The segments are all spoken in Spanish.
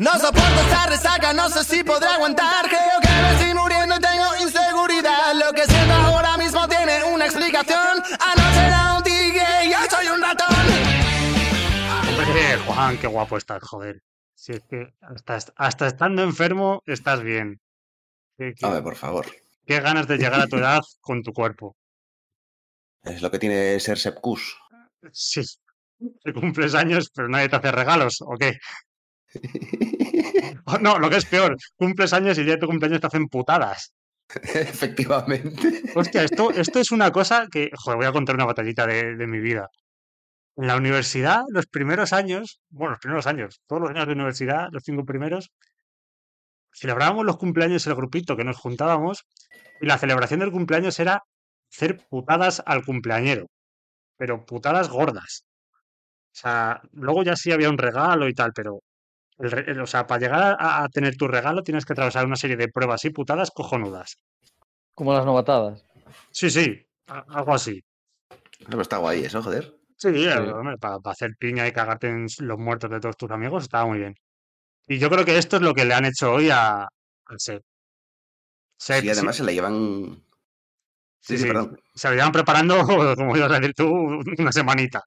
No soporto esta resaca, no sé si podré aguantar. Creo que me estoy muriendo y tengo inseguridad. Lo que siento ahora mismo tiene una explicación. Anoche era un tigre y yo soy un ratón. Hombre, Juan, qué guapo estás, joder. Si es que hasta estando enfermo estás bien. Hombre, por favor. Qué ganas de llegar a tu edad con tu cuerpo. Es lo que tiene ser Sepp Kuss. Sí, te cumples años, pero nadie te hace regalos, ¿o qué? No, lo que es peor, cumples años y el día de tu cumpleaños te hacen putadas. Efectivamente. Hostia, esto es una cosa que... Joder, voy a contar una batallita de mi vida. En la universidad, los primeros años, bueno, los primeros años, todos los años de universidad, los 5 primeros, celebrábamos los cumpleaños el grupito que nos juntábamos y la celebración del cumpleaños era hacer putadas al cumpleañero, pero putadas gordas. O sea, luego ya sí había un regalo y tal, pero o sea, para llegar a tener tu regalo tienes que atravesar una serie de pruebas y putadas cojonudas. Como las novatadas. Sí, sí, algo así. Pero está guay eso, joder. Sí, para hacer piña y cagarte en los muertos de todos tus amigos estaba muy bien. Y yo creo que esto es lo que le han hecho hoy al Sep. Sí, además se la llevan... Sí, perdón. Se lo llevan preparando, como ibas a decir tú, una semanita.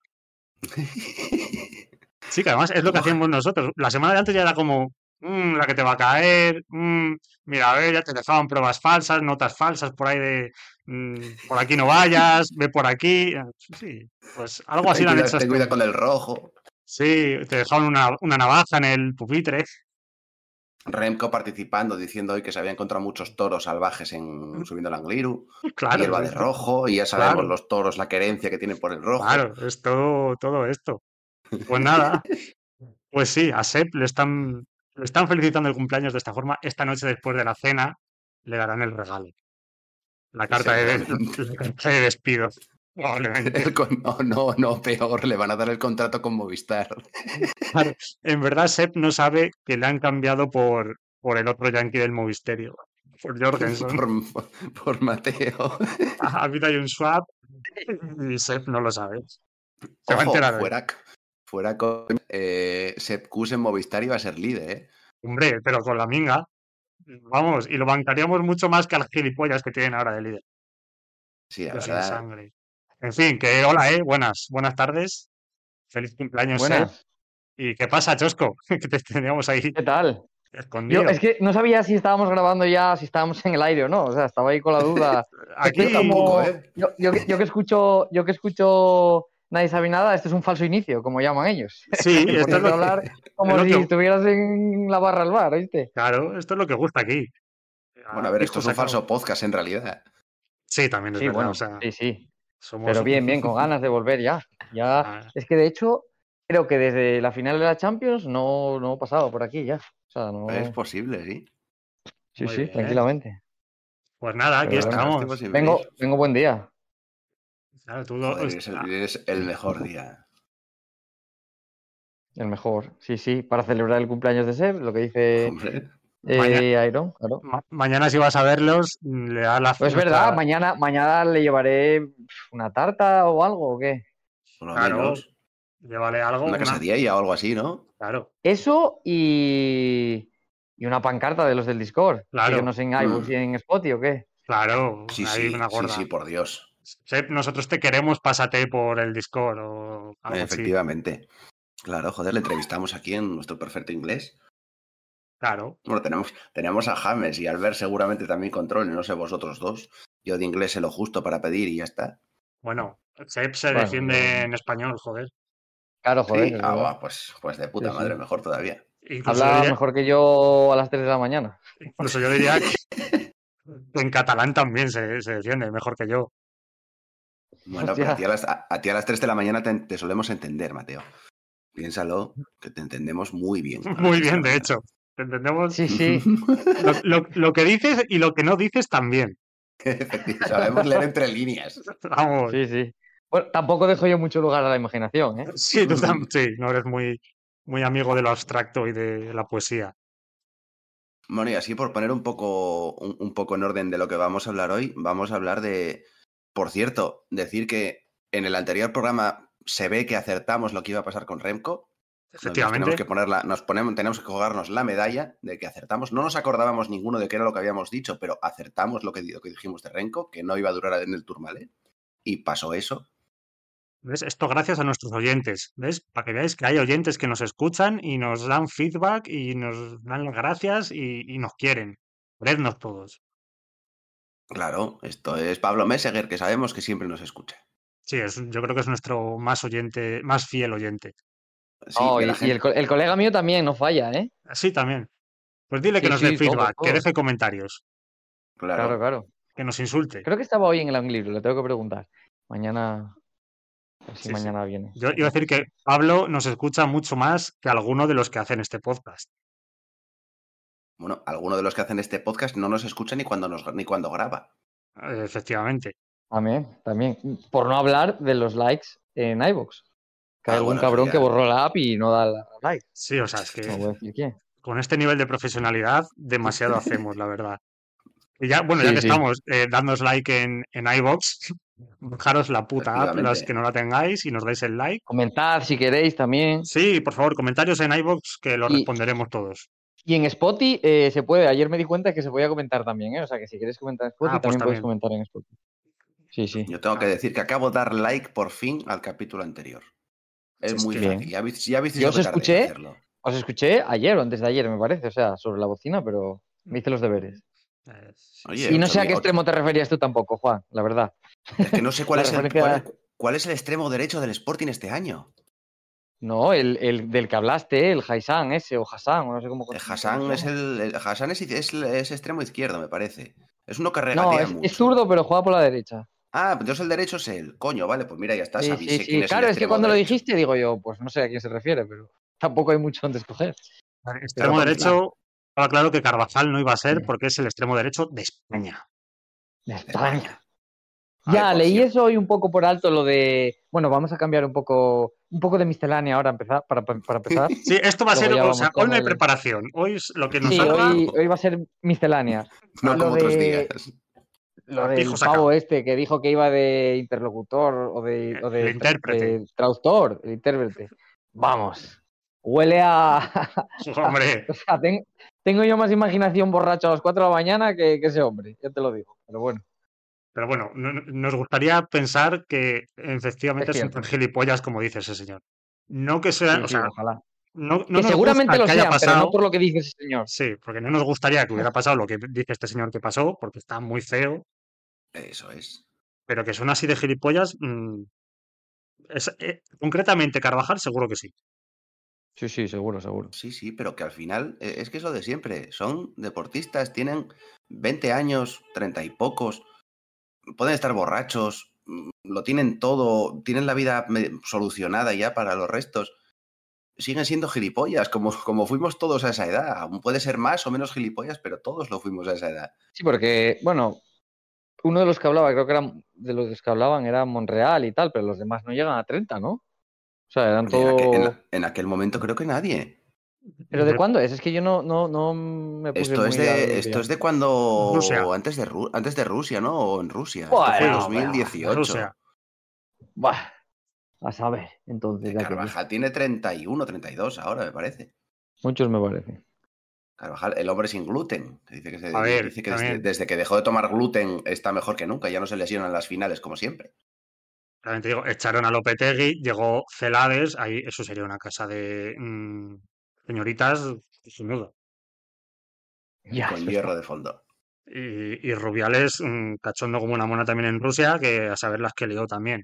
Sí, que además es lo que hacíamos nosotros. La semana de antes ya era como, la que te va a caer, mira, a ver, ya te dejaban pruebas falsas, notas falsas por ahí de, por aquí no vayas, ve por aquí. Sí, pues algo así lo han hecho. Ten cuidado con el rojo. Sí, te dejaban una navaja en el pupitre. Remco participando, diciendo hoy que se había encontrado muchos toros salvajes subiendo el Angliru. Claro. Y él va de rojo, y ya sabemos los toros, la querencia que tienen por el rojo. Claro, es todo esto. Pues nada, pues sí, a Sepp le están felicitando el cumpleaños de esta forma. Esta noche, después de la cena, le darán el regalo. La carta de despido. Probablemente. No, peor, le van a dar el contrato con Movistar. Claro, en verdad, Sepp no sabe que le han cambiado por el otro yankee del Movisterio, por Jorgensen. Por Mateo. Ha habido ahí un swap y Sepp no lo sabe. Se va a Ojo, enterar. Fuera con Sepp Kuss en Movistar iba a ser líder, ¿eh? Hombre, pero con la minga. Vamos, y lo bancaríamos mucho más que a las gilipollas que tienen ahora de líder. Sí, la Yo sin verdad. sangre. En fin, que hola, buenas tardes. Feliz cumpleaños, Buenas. ¿Y qué pasa, Chosco? Que te teníamos ahí ¿Qué tal? escondido. Yo es que no sabía si estábamos grabando ya, si estábamos en el aire o no. O sea, estaba ahí con la duda. Aquí Es tampoco, yo que escucho Nadie sabe nada, este es un falso inicio, como llaman ellos. Sí, esto es lo hablar como si estuvieras en la barra del bar, ¿viste? Claro, esto es lo que gusta aquí. Bueno, a ver, esto es un falso podcast en realidad. Sí, también es verdad. Bueno, o sea, sí. Pero bien, con ganas de volver ya. Es que de hecho, creo que desde la final de la Champions no he pasado por aquí ya. O sea, no... Es posible, sí. Sí, tranquilamente. Pues nada, aquí estamos. Vengo buen día. Claro, es el mejor día. El mejor, sí, para celebrar el cumpleaños de Seb, lo que dice Iron, claro. Mañana si vas a verlos, le das la... Pues es verdad, mañana le llevaré una tarta o algo, ¿o qué? Por lo menos. Llévale algo. Una quesadilla o algo así, ¿no? Claro. Eso y una pancarta de los del Discord. Claro. Síguenos en iBooks y en Spotify, ¿o qué? Claro, sí, una gorda. Sí, por Dios. Seb, nosotros te queremos, pásate por el Discord o algo Efectivamente. así. Claro, joder, le entrevistamos aquí en nuestro perfecto inglés. Claro. Bueno, tenemos a James y Albert seguramente también controlen, no sé vosotros dos. Yo de inglés sé lo justo para pedir y ya está. Bueno, Seb se defiende en español, joder. Claro, joder. Sí, pues de puta madre, mejor todavía. Habla mejor que yo a las 3 de la mañana. Incluso yo diría que en catalán también se defiende mejor que yo. Bueno, pero a ti a las 3 de la mañana te solemos entender, Mateo. Piénsalo, que te entendemos muy bien. Muy bien, de hecho. Te entendemos. Sí. Lo que dices y lo que no dices también. Sabemos leer entre líneas. Vamos. Sí. Bueno, tampoco dejo yo mucho lugar a la imaginación, ¿eh? Sí, tú también. Sí, no eres muy amigo de lo abstracto y de la poesía. Bueno, y así por poner un poco en orden de lo que vamos a hablar hoy, vamos a hablar de... Por cierto, decir que en el anterior programa se ve que acertamos lo que iba a pasar con Remco. Efectivamente. Tenemos que colgarnos la medalla de que acertamos. No nos acordábamos ninguno de qué era lo que habíamos dicho, pero acertamos lo que dijimos de Renko, que no iba a durar en el Tourmalet. Y pasó eso. ¿Ves? Esto gracias a nuestros oyentes, ¿ves? Para que veáis que hay oyentes que nos escuchan y nos dan feedback y nos dan las gracias y nos quieren. Querednos todos. Claro, esto es Pablo Meseguer, que sabemos que siempre nos escucha. Sí, yo creo que es nuestro más fiel oyente. Sí, y el colega mío también no falla, ¿eh? Sí, también. Pues dile que nos dé feedback, que deje comentarios. Claro. Que nos insulte. Creo que estaba hoy en el Anglibro, le tengo que preguntar. Mañana... mañana viene. Yo iba a decir que Pablo nos escucha mucho más que alguno de los que hacen este podcast. Bueno, alguno de los que hacen este podcast no nos escucha ni cuando graba. Efectivamente. También. Por no hablar de los likes en iVoox. Que hay algún cabrón que borró la app y no da like. Sí, o sea, es que no voy a decir quién. Con este nivel de profesionalidad demasiado hacemos, la verdad. Y ya, bueno, ya que estamos, dadnos like en iVoox, bajaros la puta app, los que no la tengáis, y nos dais el like. Comentad si queréis también. Sí, por favor, comentarios en iVoox que lo responderemos todos. Y en Spotify se puede, ayer me di cuenta que se podía comentar también, ¿eh? O sea, que si quieres comentar en Spotify, también puedes comentar en Spotify. Sí. Yo tengo que decir que acabo de dar like por fin al capítulo anterior. Es muy fácil. Ya visteis yo os escuché ayer o antes de ayer, me parece, o sea, sobre la bocina, pero me hice los deberes. Oye, y no sé a qué extremo te referías tú tampoco, Juan, la verdad. Es que no sé cuál es el extremo derecho del Sporting este año. No, el del que hablaste, el Hassan ese, o Hassan, o no sé cómo. El Hassan es extremo izquierdo, me parece. Es uno que regatea mucho. Es zurdo, pero juega por la derecha. Ah, entonces el derecho es él. Coño, vale, pues mira, ya está. Sí. Claro, es que cuando lo dijiste, digo yo, pues no sé a quién se refiere, pero tampoco hay mucho donde escoger. Extremo derecho, estaba claro que Carvajal no iba a ser porque es el extremo derecho de España. De España. Ya, leí eso hoy un poco por alto, lo de... Bueno, vamos a cambiar un poco de miscelánea ahora para empezar. Sí, esto va a ser... O sea, hoy no hay preparación. Hoy es lo que nos salga... Hoy va a ser miscelánea. No como otros días. Lo del pavo este que dijo que iba de interlocutor o de intérprete. De traductor, el intérprete. Vamos. Huele a... Hombre. O sea, tengo yo más imaginación borracho a las 4 de la mañana que ese hombre, ya te lo digo. Pero bueno. Pero bueno, nos gustaría pensar que efectivamente es un tan gilipollas como dice ese señor. No que sea, o sea, ojalá. No que seguramente lo sea, pero no por lo que dice ese señor. Sí, porque no nos gustaría que hubiera pasado lo que dice este señor que pasó, porque está muy feo. Eso es. Pero que son así de gilipollas, concretamente Carvajal, seguro que sí. Sí, seguro. Sí, pero que al final es que es lo de siempre. Son deportistas, tienen 20 años, 30 y pocos. Pueden estar borrachos, lo tienen todo, tienen la vida solucionada ya para los restos. Siguen siendo gilipollas, como fuimos todos a esa edad. Aún puede ser más o menos gilipollas, pero todos lo fuimos a esa edad. Sí, porque, bueno, uno de los que hablaba, creo que era Monreal y tal, pero los demás no llegan a 30, ¿no? O sea, eran todos... En aquel momento creo que nadie. ¿Pero de cuándo es? Es que yo no me puse Esto es de cuando... Rusia. Antes de Rusia, ¿no? O en Rusia. Bueno, fue 2018. Rusia. Buah, a saber, entonces. Carvajal tiene 31, 32 ahora, me parece. Muchos me parece. Carvajal, el hombre sin gluten. Dice que desde que dejó de tomar gluten está mejor que nunca. Ya no se lesiona en las finales, como siempre. Realmente digo, echaron a Lopetegui, llegó Celades, ahí eso sería una casa de señoritas, sin duda. Con hierro de fondo. Y Rubiales, cachondo como una mona también en Rusia, que a saber las que lió también.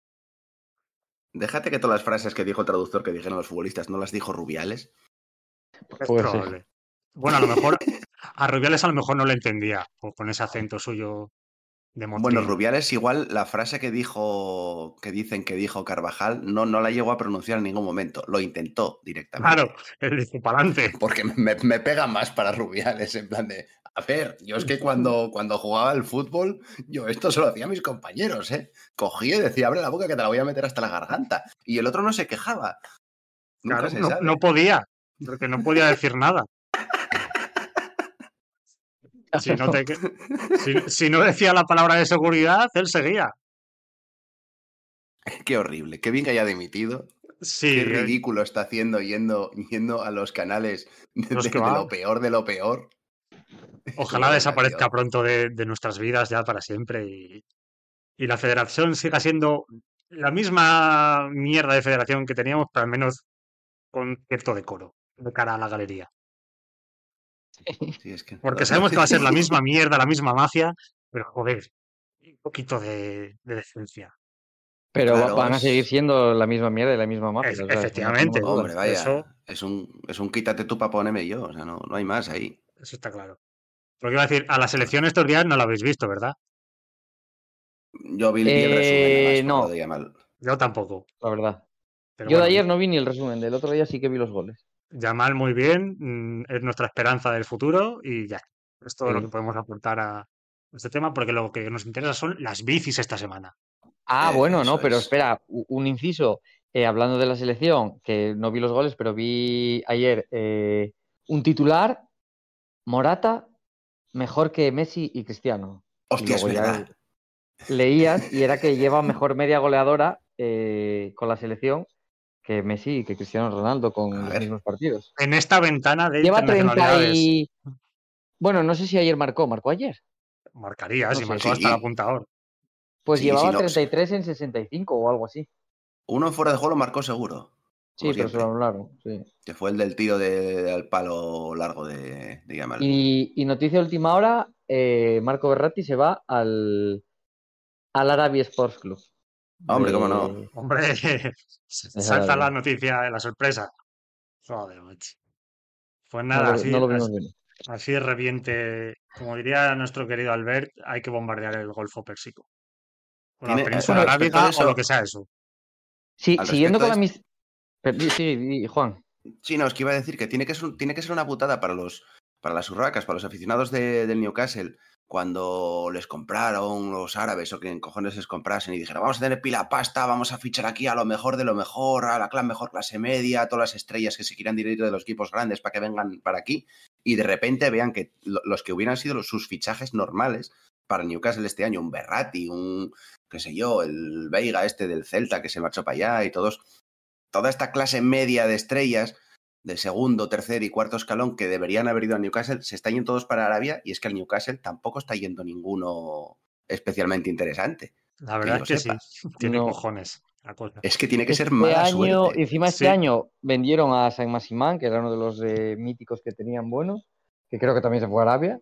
Déjate que todas las frases que dijo el traductor que dijeron los futbolistas no las dijo Rubiales. Es probable. Bueno, a lo mejor a Rubiales a lo mejor no le entendía, o con ese acento suyo de motín. Bueno, Rubiales igual la frase que dicen que dijo Carvajal no la llegó a pronunciar en ningún momento. Lo intentó directamente. Claro, él dice para adelante. Porque me pega más para Rubiales, en plan de... A ver, yo es que cuando jugaba al fútbol, yo esto se lo hacía a mis compañeros, ¿eh? Cogía y decía, abre la boca que te la voy a meter hasta la garganta. Y el otro no se quejaba. Claro, no podía, porque no podía decir nada. Si no decía la palabra de seguridad, él seguía. Qué horrible, qué bien que haya dimitido. Sí, Qué ridículo está haciendo yendo a los canales de lo peor de lo peor. Ojalá desaparezca pronto de nuestras vidas ya para siempre y la federación siga siendo la misma mierda de federación que teníamos, pero al menos con cierto decoro de cara a la galería. Sí, es que... Porque sabemos que va a ser la misma mierda, la misma mafia, pero joder, un poquito de decencia. Pero claro, van a seguir siendo la misma mierda y la misma mafia. Efectivamente. No, hombre, vaya, es un quítate tú para ponerme yo, o sea, no hay más ahí. Eso está claro. Porque iba a decir, a la selección estos días no la habéis visto, ¿verdad? Yo vi el resumen, además, no. Mal. Yo tampoco. La verdad. Pero yo de ayer no vi ni el resumen, del otro día sí que vi los goles. Yamal muy bien, es nuestra esperanza del futuro y ya. Es todo lo que podemos aportar a este tema, porque lo que nos interesa son las bicis esta semana. Bueno, no, pero espera, un inciso. Hablando de la selección, que no vi los goles, pero vi ayer un titular, Morata, mejor que Messi y Cristiano. Hostia, es verdad. Leías y era que lleva mejor media goleadora con la selección que Messi y que Cristiano Ronaldo con los mismos partidos. En esta ventana de lleva 30 y... Bueno, no sé si ayer marcó ayer. Marcaría, si marcó hasta el apuntador. Pues llevaba 33 en 65 o algo así. Uno fuera de juego lo marcó seguro. Sí, pero se lo anularon, sí. Que fue el del tiro al palo largo de Yamal. Y noticia de última hora, Marco Verratti se va al Arabi Sports Club. Hombre, cómo no. Hombre, salta la noticia, la sorpresa. Joder, macho. Pues nada, así de reviente. Como diría nuestro querido Albert, hay que bombardear el Golfo Pérsico. O la península arábiga o lo que sea eso. Sí, siguiendo con la misma... Sí, Juan. Sí, no, es que iba a decir que tiene que ser una putada para las urracas, para los aficionados del Newcastle, cuando les compraron los árabes o que en cojones les comprasen y dijeron, vamos a tener pila pasta, vamos a fichar aquí a lo mejor de lo mejor, a la mejor clase media, a todas las estrellas que se quieran directo de los equipos grandes para que vengan para aquí, y de repente vean que los que hubieran sido sus fichajes normales para Newcastle este año, un Verratti, qué sé yo, el Veiga del Celta que se marchó para allá y toda esta clase media de estrellas de segundo, tercer y cuarto escalón que deberían haber ido a Newcastle, se están yendo todos para Arabia y es que al Newcastle tampoco está yendo ninguno especialmente interesante. La verdad es que sí, tiene cojones la cosa. Es que tiene que ser mala suerte. Encima este año vendieron a Saint-Maximin, que era uno de los míticos que tenían buenos, que creo que también se fue a Arabia.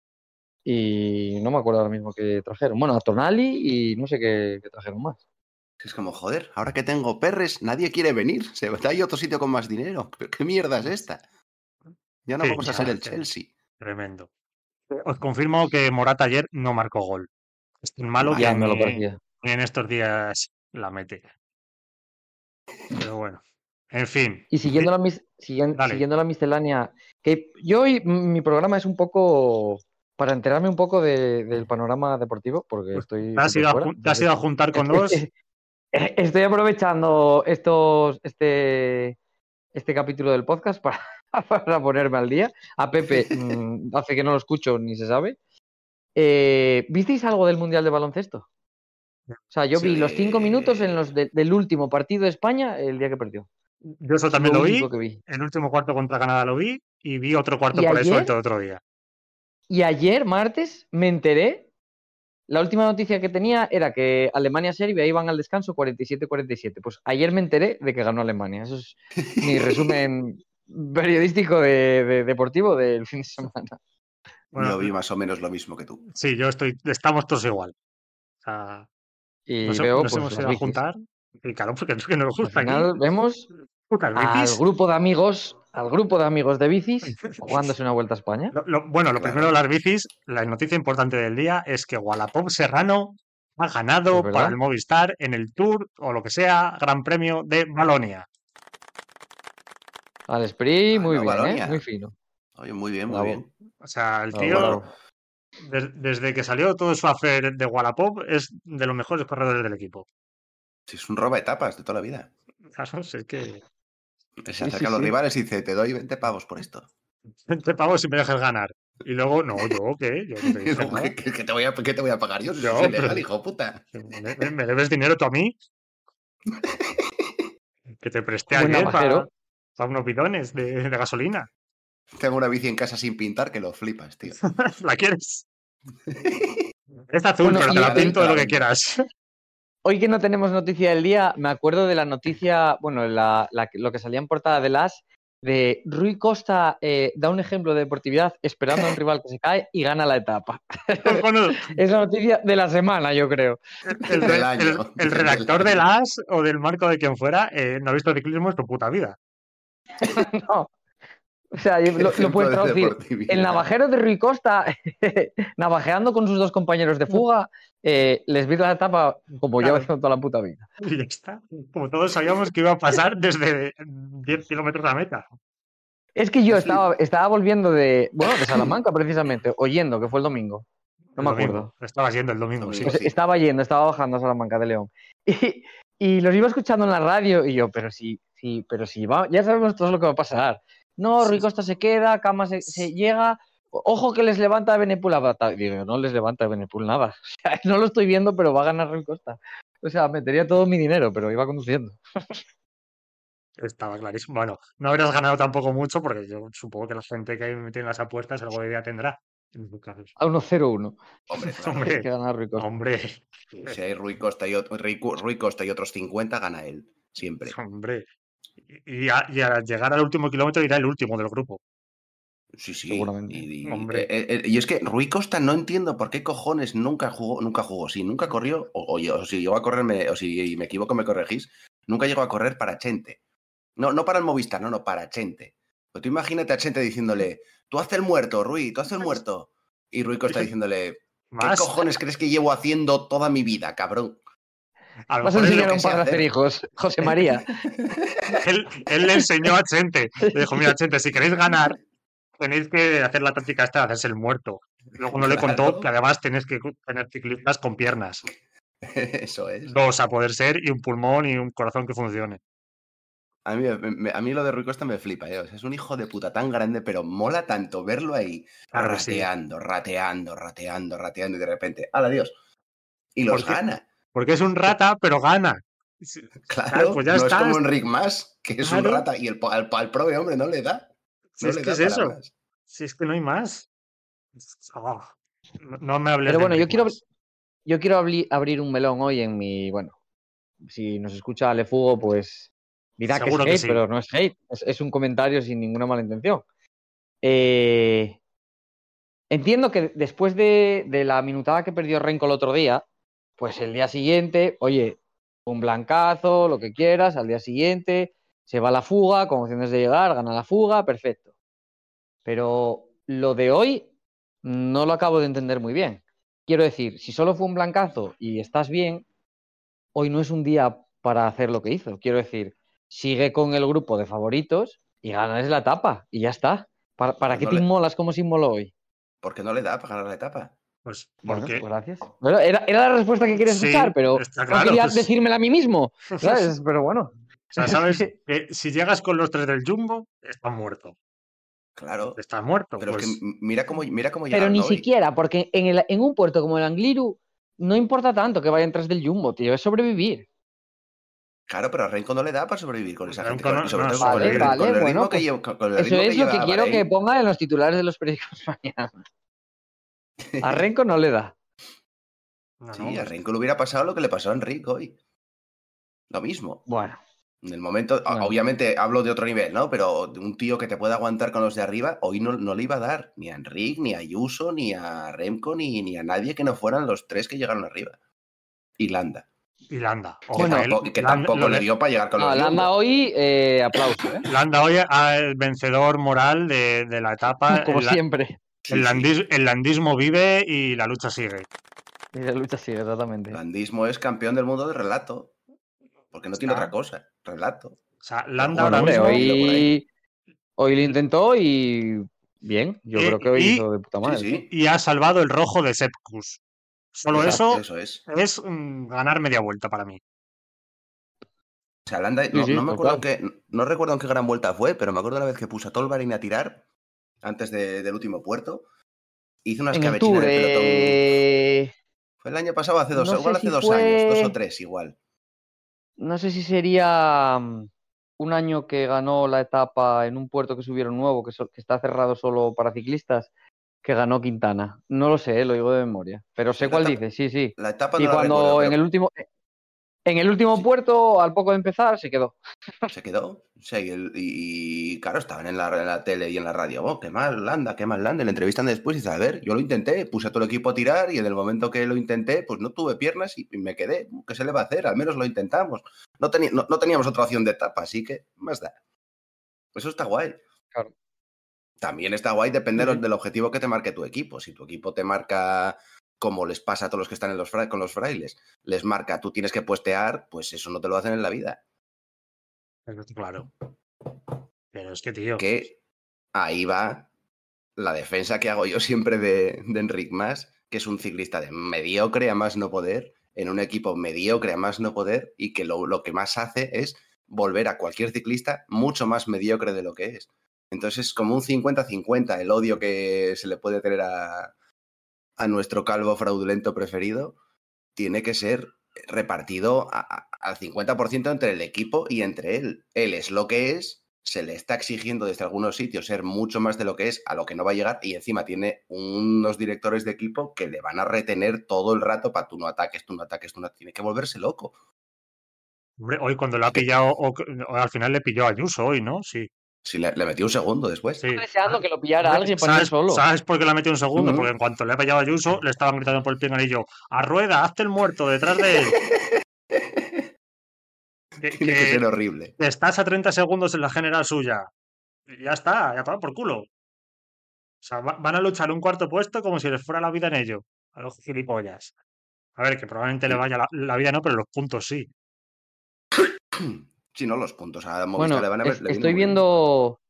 Y no me acuerdo ahora mismo que trajeron. Bueno, a Tonali y no sé qué trajeron más. Es como, joder, ahora que tengo Perres, nadie quiere venir. Se va a ir a otro sitio con más dinero. ¿Pero qué mierda es esta? Ya no vamos a ser el Chelsea. Tremendo. Os confirmo que Morata ayer no marcó gol. Es tan malo que en estos días la mete. Pero bueno, en fin. Y siguiendo la miscelánea, que yo hoy mi programa es un poco para enterarme un poco del panorama deportivo, porque estoy... ¿Te has ido a juntar con dos? Estoy aprovechando este capítulo del podcast para ponerme al día. A Pepe hace que no lo escucho ni se sabe. ¿Visteis algo del Mundial de Baloncesto? O sea, yo vi los 5 minutos del último partido de España el día que perdió. Yo eso también lo vi. El último cuarto contra Canadá lo vi y vi otro cuarto por ahí suelto otro día. Y ayer, martes, me enteré. La última noticia que tenía era que Alemania-Serbia iban al descanso 47-47. Pues ayer me enteré de que ganó Alemania. Eso es mi resumen periodístico deportivo del fin de semana. Bueno, yo vi más o menos lo mismo que tú. Sí, estamos todos igual. O sea, y nos hemos ido a juntar. Y claro, porque es que nos gusta. Al final aquí. Vemos al grupo de amigos de bicis jugándose una vuelta a España. Lo primero, las bicis, la noticia importante del día es que Wallapop Serrano ha ganado para el Movistar en el Tour o lo que sea, Gran Premio de Valonia. Al sprint, muy bien, muy fino. Oye, muy bien, muy bien. O sea, el tío, desde que salió todo su affair de Wallapop, es de los mejores corredores del equipo. Es un roba etapas de toda la vida. Claro, es que... Se acerca a los rivales y dice, te doy 20 pavos por esto. 20 pavos si me dejas ganar. Y luego, no, ¿yo qué? Yo no te dije nada. ¿Qué te voy a pagar yo? Yo es ilegal, hijo puta. ¿Me debes dinero tú a mí? Que te presté Buen ayer navajero. para unos bidones de gasolina. Tengo una bici en casa sin pintar que lo flipas, tío. ¿La quieres? Es azul, Bueno, pero y te la hoy- pinto de lo que venta. quieras. Hoy que no tenemos noticia del día, me acuerdo de la noticia, bueno, lo que salía en portada de las de Rui Costa da un ejemplo de deportividad esperando a un rival que se cae y gana la etapa. Bueno, Es la noticia de la semana, yo creo. Del año. el redactor del AS o del marco de quien fuera no ha visto ciclismo en su puta vida. No. O sea, lo Ejemplo puedes de traducir. deportividad. El navajero de Rui Costa, navajeando con sus dos compañeros de fuga, les vi la etapa como lleva Claro. haciendo toda la puta vida. Y ya está. Como todos sabíamos que iba a pasar desde 10 kilómetros a meta. Es que yo estaba volviendo de Salamanca, precisamente, oyendo, que fue el domingo. No me acuerdo. Estaba siendo el domingo, sí. Domingo. Pues Sí. estaba bajando a Salamanca de León. Y los iba escuchando en la radio y yo, pero sí, ya sabemos todo lo que va a pasar. No, Rui Costa se queda, Cama se llega. Ojo que les levanta a Benepul la batalla. Digo, no les levanta a Benepul nada. O sea, no lo estoy viendo, pero va a ganar Rui Costa. O sea, metería todo mi dinero, pero iba conduciendo. Estaba clarísimo. Bueno, no habrás ganado tampoco mucho porque yo supongo que la gente que metido en las apuestas algo de idea tendrá. En sus casos. A 1-0-1. Hombre, claro. Hombre, Que gana Rui Costa. hombre, Si hay Rui Costa y otros 50, gana él. Siempre. hombre. Y a llegar al último kilómetro irá el último del grupo. Sí, sí. Seguramente. Hombre. Y es que Rui Costa no entiendo por qué cojones nunca jugó. Si nunca corrió, o si llegó a correr, o si me equivoco me corregís, nunca llegó a correr para Chente. No para el Movistar, no, para Chente. Pues tú imagínate a Chente diciéndole, tú haz el muerto, Rui, tú haz el muerto. Y Rui Costa diciéndole, ¿qué Más, cojones crees que llevo haciendo toda mi vida, cabrón? a lo Vas a mejor es enseñar lo a que un sé padre a hacer hacer. hijos, José María. él le enseñó a Chente. Le dijo, mira, Chente, si queréis ganar, tenéis que hacer la táctica esta de hacerse el muerto. Luego no le contó Claro. que además tenéis que tener ciclistas con piernas. Eso es. 2 a poder ser y un pulmón y un corazón que funcione. A mí lo de Rui Costa me flipa, O sea, es un hijo de puta tan grande, pero mola tanto verlo ahí Claro que sí. rateando, y de repente, ¡hala, Dios! Y los ¿Por qué? gana. Porque es un rata, pero gana. Claro, pues ya no está. es como Enric Mas, que es un Claro. rata y al prove, hombre, no le da. Si No es le que da es para eso. más. Si es que no hay más. Ah, no me hables Pero de bueno, Enric Mas. yo quiero abrir un melón hoy en mi. Bueno, si nos escucha Alefugo, pues dirá Seguro que que es hate, sí. pero no es hate. Es un comentario sin ninguna mala intención. Entiendo que después de la minutada que perdió Renko el otro día, pues el día siguiente, oye, un blancazo, lo que quieras, al día siguiente se va a la fuga, con opciones de llegar, gana la fuga, perfecto. Pero lo de hoy no lo acabo de entender muy bien. Quiero decir, si solo fue un blancazo y estás bien, hoy no es un día para hacer lo que hizo. Quiero decir, sigue con el grupo de favoritos y ganas la etapa y ya está. ¿Para qué te inmolas como se inmoló hoy? Porque no le da para ganar la etapa. Pues Bueno, porque. pues gracias. Bueno, era la respuesta que quería Sí, escuchar, pero está no claro, quería pues. decírmela a mí mismo, ¿sabes? Pero bueno. O sea, sabes que si llegas con los 3 del Jumbo, estás muerto. Claro. Estás muerto. Pero Pues. es que mira cómo Pero llegaron ni hoy. siquiera, porque en un puerto como el Angliru no importa tanto que vayan tras del Jumbo, tío, es sobrevivir. Claro, pero a Renko no le da para sobrevivir con esa gente. Renko no- Y sobre no todo es con el sobrevivir. ritmo bueno, que pues lleva. Con el Eso ritmo es lo que lleva quiero que Bahrein. ponga en los titulares de los periódicos mañana. A Renko no le da. No, Sí, no, a pues, Renko le hubiera pasado lo que le pasó a Enric hoy. Lo mismo. Bueno, En el momento, Bueno. obviamente hablo de otro nivel, ¿no? Pero de un tío que te puede aguantar con los de arriba, hoy no le iba a dar ni a Enric, ni a Ayuso, ni a Remco, ni a nadie que no fueran los 3 que llegaron arriba. Y Landa. y Landa. Que Bueno, tampoco le dio para llegar con no, los Landa Jumbo. hoy, aplauso, ¿eh? Landa hoy al vencedor moral de la etapa. Como siempre. Sí, sí. El landismo vive y la lucha sigue. Y la lucha sigue, exactamente. Landismo es campeón del mundo de relato. Porque no tiene Está. otra cosa. Relato. O sea, Landa Bueno, ahora Bueno, hombre, mismo. por ahí. hoy lo intentó y bien. Yo creo que hoy hizo de puta madre. Sí. Y ha salvado el rojo de Sepkus. Solo Exacto, eso es. es ganar media vuelta para mí. O sea, Landa, Sí, no me acuerdo total. no recuerdo en qué gran vuelta fue, pero me acuerdo la vez que puso a todo el Bahrein a tirar antes del último puerto. Hizo una En el escabechina Tour, del pelotón. Fue el año pasado, no sé igual hace si 2 fue- años, 2 o 3 igual. No sé si sería un año que ganó la etapa en un puerto que subieron nuevo, que está cerrado solo para ciclistas, que ganó Quintana. No lo sé, lo digo de memoria, pero sé cuál dice, sí. La etapa Y no la recuerdo, cuando pero en el último sí, puerto, al poco de empezar, se quedó. se quedó. Sí, y claro, estaban en la tele y en la radio. Oh, qué mal anda, qué mal anda. Le entrevistan después y dice, a ver, yo lo intenté, puse a todo el equipo a tirar y en el momento que lo intenté, pues no tuve piernas y me quedé. ¿Qué se le va a hacer? Al menos lo intentamos. No teníamos otra opción de etapa, así que más da. Eso está guay. Claro. También está guay depender Sí. del objetivo que te marque tu equipo. Si tu equipo te marca, como les pasa a todos los que están con los frailes, les marca, tú tienes que puestear, pues eso no te lo hacen en la vida. Claro. Pero es que, tío. Que ahí va la defensa que hago yo siempre de Enric Mas, que es un ciclista de mediocre a más no poder, en un equipo mediocre a más no poder, y que lo que más hace es volver a cualquier ciclista mucho más mediocre de lo que es. Entonces es como un 50-50 el odio que se le puede tener a nuestro calvo fraudulento preferido, tiene que ser repartido al 50% entre el equipo y entre él. Él es lo que es, se le está exigiendo desde algunos sitios ser mucho más de lo que es, a lo que no va a llegar, y encima tiene unos directores de equipo que le van a retener todo el rato para tú no ataques, tiene que volverse loco. Hombre, hoy cuando lo ha pillado, o al final le pilló a Ayuso hoy, ¿no? Sí. Sí, le metió un segundo después. Sí. Estaba deseando que lo pillara alguien para ir ¿Sabes, solo. ¿Sabes por qué le ha metido un segundo? Ujú. Porque en cuanto le ha pillado a Ayuso, le estaban gritando por el pinganillo, ¡a Rueda, hazte el muerto detrás de él! Tiene que ser horrible. Estás a 30 segundos en la general suya. Y ya está, ya está por culo. O sea, van a luchar un cuarto puesto como si les fuera la vida en ello. A los gilipollas. A ver, que probablemente le vaya la vida no, pero los puntos sí. Si no, los puntos a Bueno, Movistar le van a ver. estoy viendo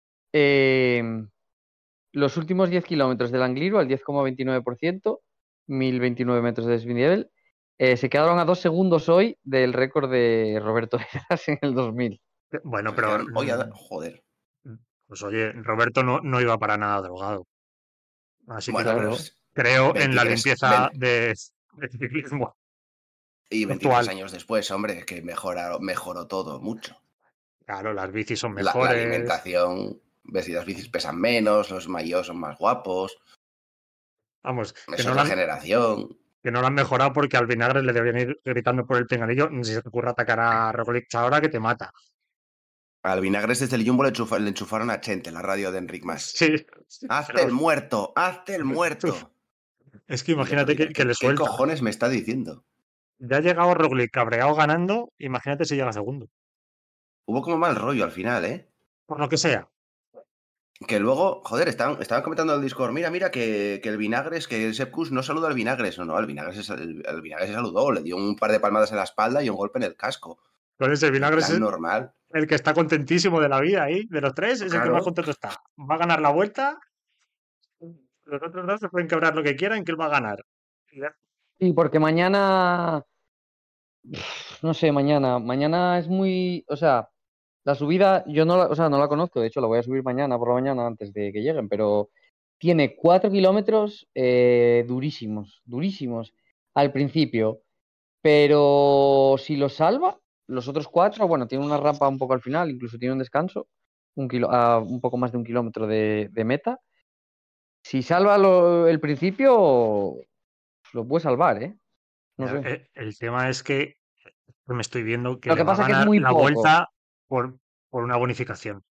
los últimos 10 kilómetros del Angliru al 10,29%, 1029 metros de desnivel. Se quedaron a 2 segundos hoy del récord de Roberto Heras en el 2000. Bueno, pero... Joder. Pues oye, Roberto no iba para nada drogado. Así Bueno, que claro. creo en la 23, limpieza de ciclismo. Y 23 actual. años después, hombre, que mejoró todo mucho. Claro, las bicis son La mejores. alimentación, ves si las bicis pesan menos, los maillot son más guapos, Vamos, es otra generación. Que no lo han mejorado porque al vinagre le deberían ir gritando por el pinganillo, ni se te ocurra atacar a Roglic ahora que te mata. Al vinagre desde el Jumbo le enchufaron a Chente, la radio de Enric Mas. Sí. ¡Hazte el muerto! ¡Hazte el muerto! Es que imagínate que le suelta. ¿Qué cojones me está diciendo? Ya ha llegado Roglic cabreado ganando, imagínate si llega segundo. Hubo como mal rollo al final, ¿eh? Por lo que sea. Que luego, joder, estaban comentando en el Discord, mira que el Vinagres, que el Sepp Kuss no saluda al Vinagres. No, el Vinagres se saludó, le dio un par de palmadas en la espalda y un golpe en el casco. Con ese Vinagre es normal. El que está contentísimo de la vida ahí, de los tres, es el que más contento está. Va a ganar la vuelta, los otros dos se pueden quebrar lo que quieran, que él va a ganar. Sí, porque mañana, no sé, mañana es muy, o sea, la subida yo no la conozco, de hecho la voy a subir mañana por la mañana antes de que lleguen, pero tiene 4 kilómetros durísimos al principio, pero si lo salva, los otros 4, bueno, tiene una rampa un poco al final, incluso tiene un descanso, un poco más de 1 kilómetro de meta. Si salva el principio, lo puede salvar, ¿eh? No sé. El tema es que me estoy viendo que Lo le que va a pasa es que es ganar muy la poco. vuelta por una bonificación.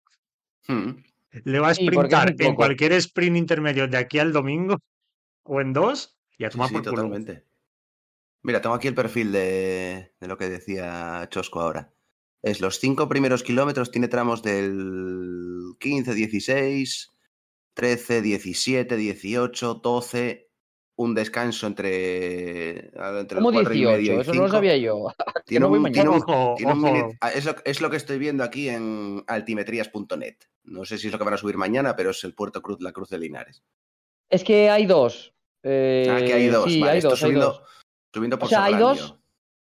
Le va a Sí, porque es sprintar muy en poco. cualquier sprint intermedio de aquí al domingo o en 2 y a tomar Sí, por culo. totalmente. Mira, tengo aquí el perfil de lo que decía Chosco ahora. Es los 5 primeros kilómetros, tiene tramos del 15, 16, 13, 17, 18, 12, un descanso entre ¿Cómo los 4 y medio 18? y Eso no lo 5. sabía yo. Que Tiene no voy un, mañana. tiene un Ojo. minute- es lo que estoy viendo aquí en altimetrías.net. No sé si es lo que van a subir mañana, pero es el Puerto Cruz, la Cruz de Linares. Es que hay dos. Que hay dos. Sí, Vale, hay esto dos, hay dos. subiendo por O sea, hay Sorlandio. dos.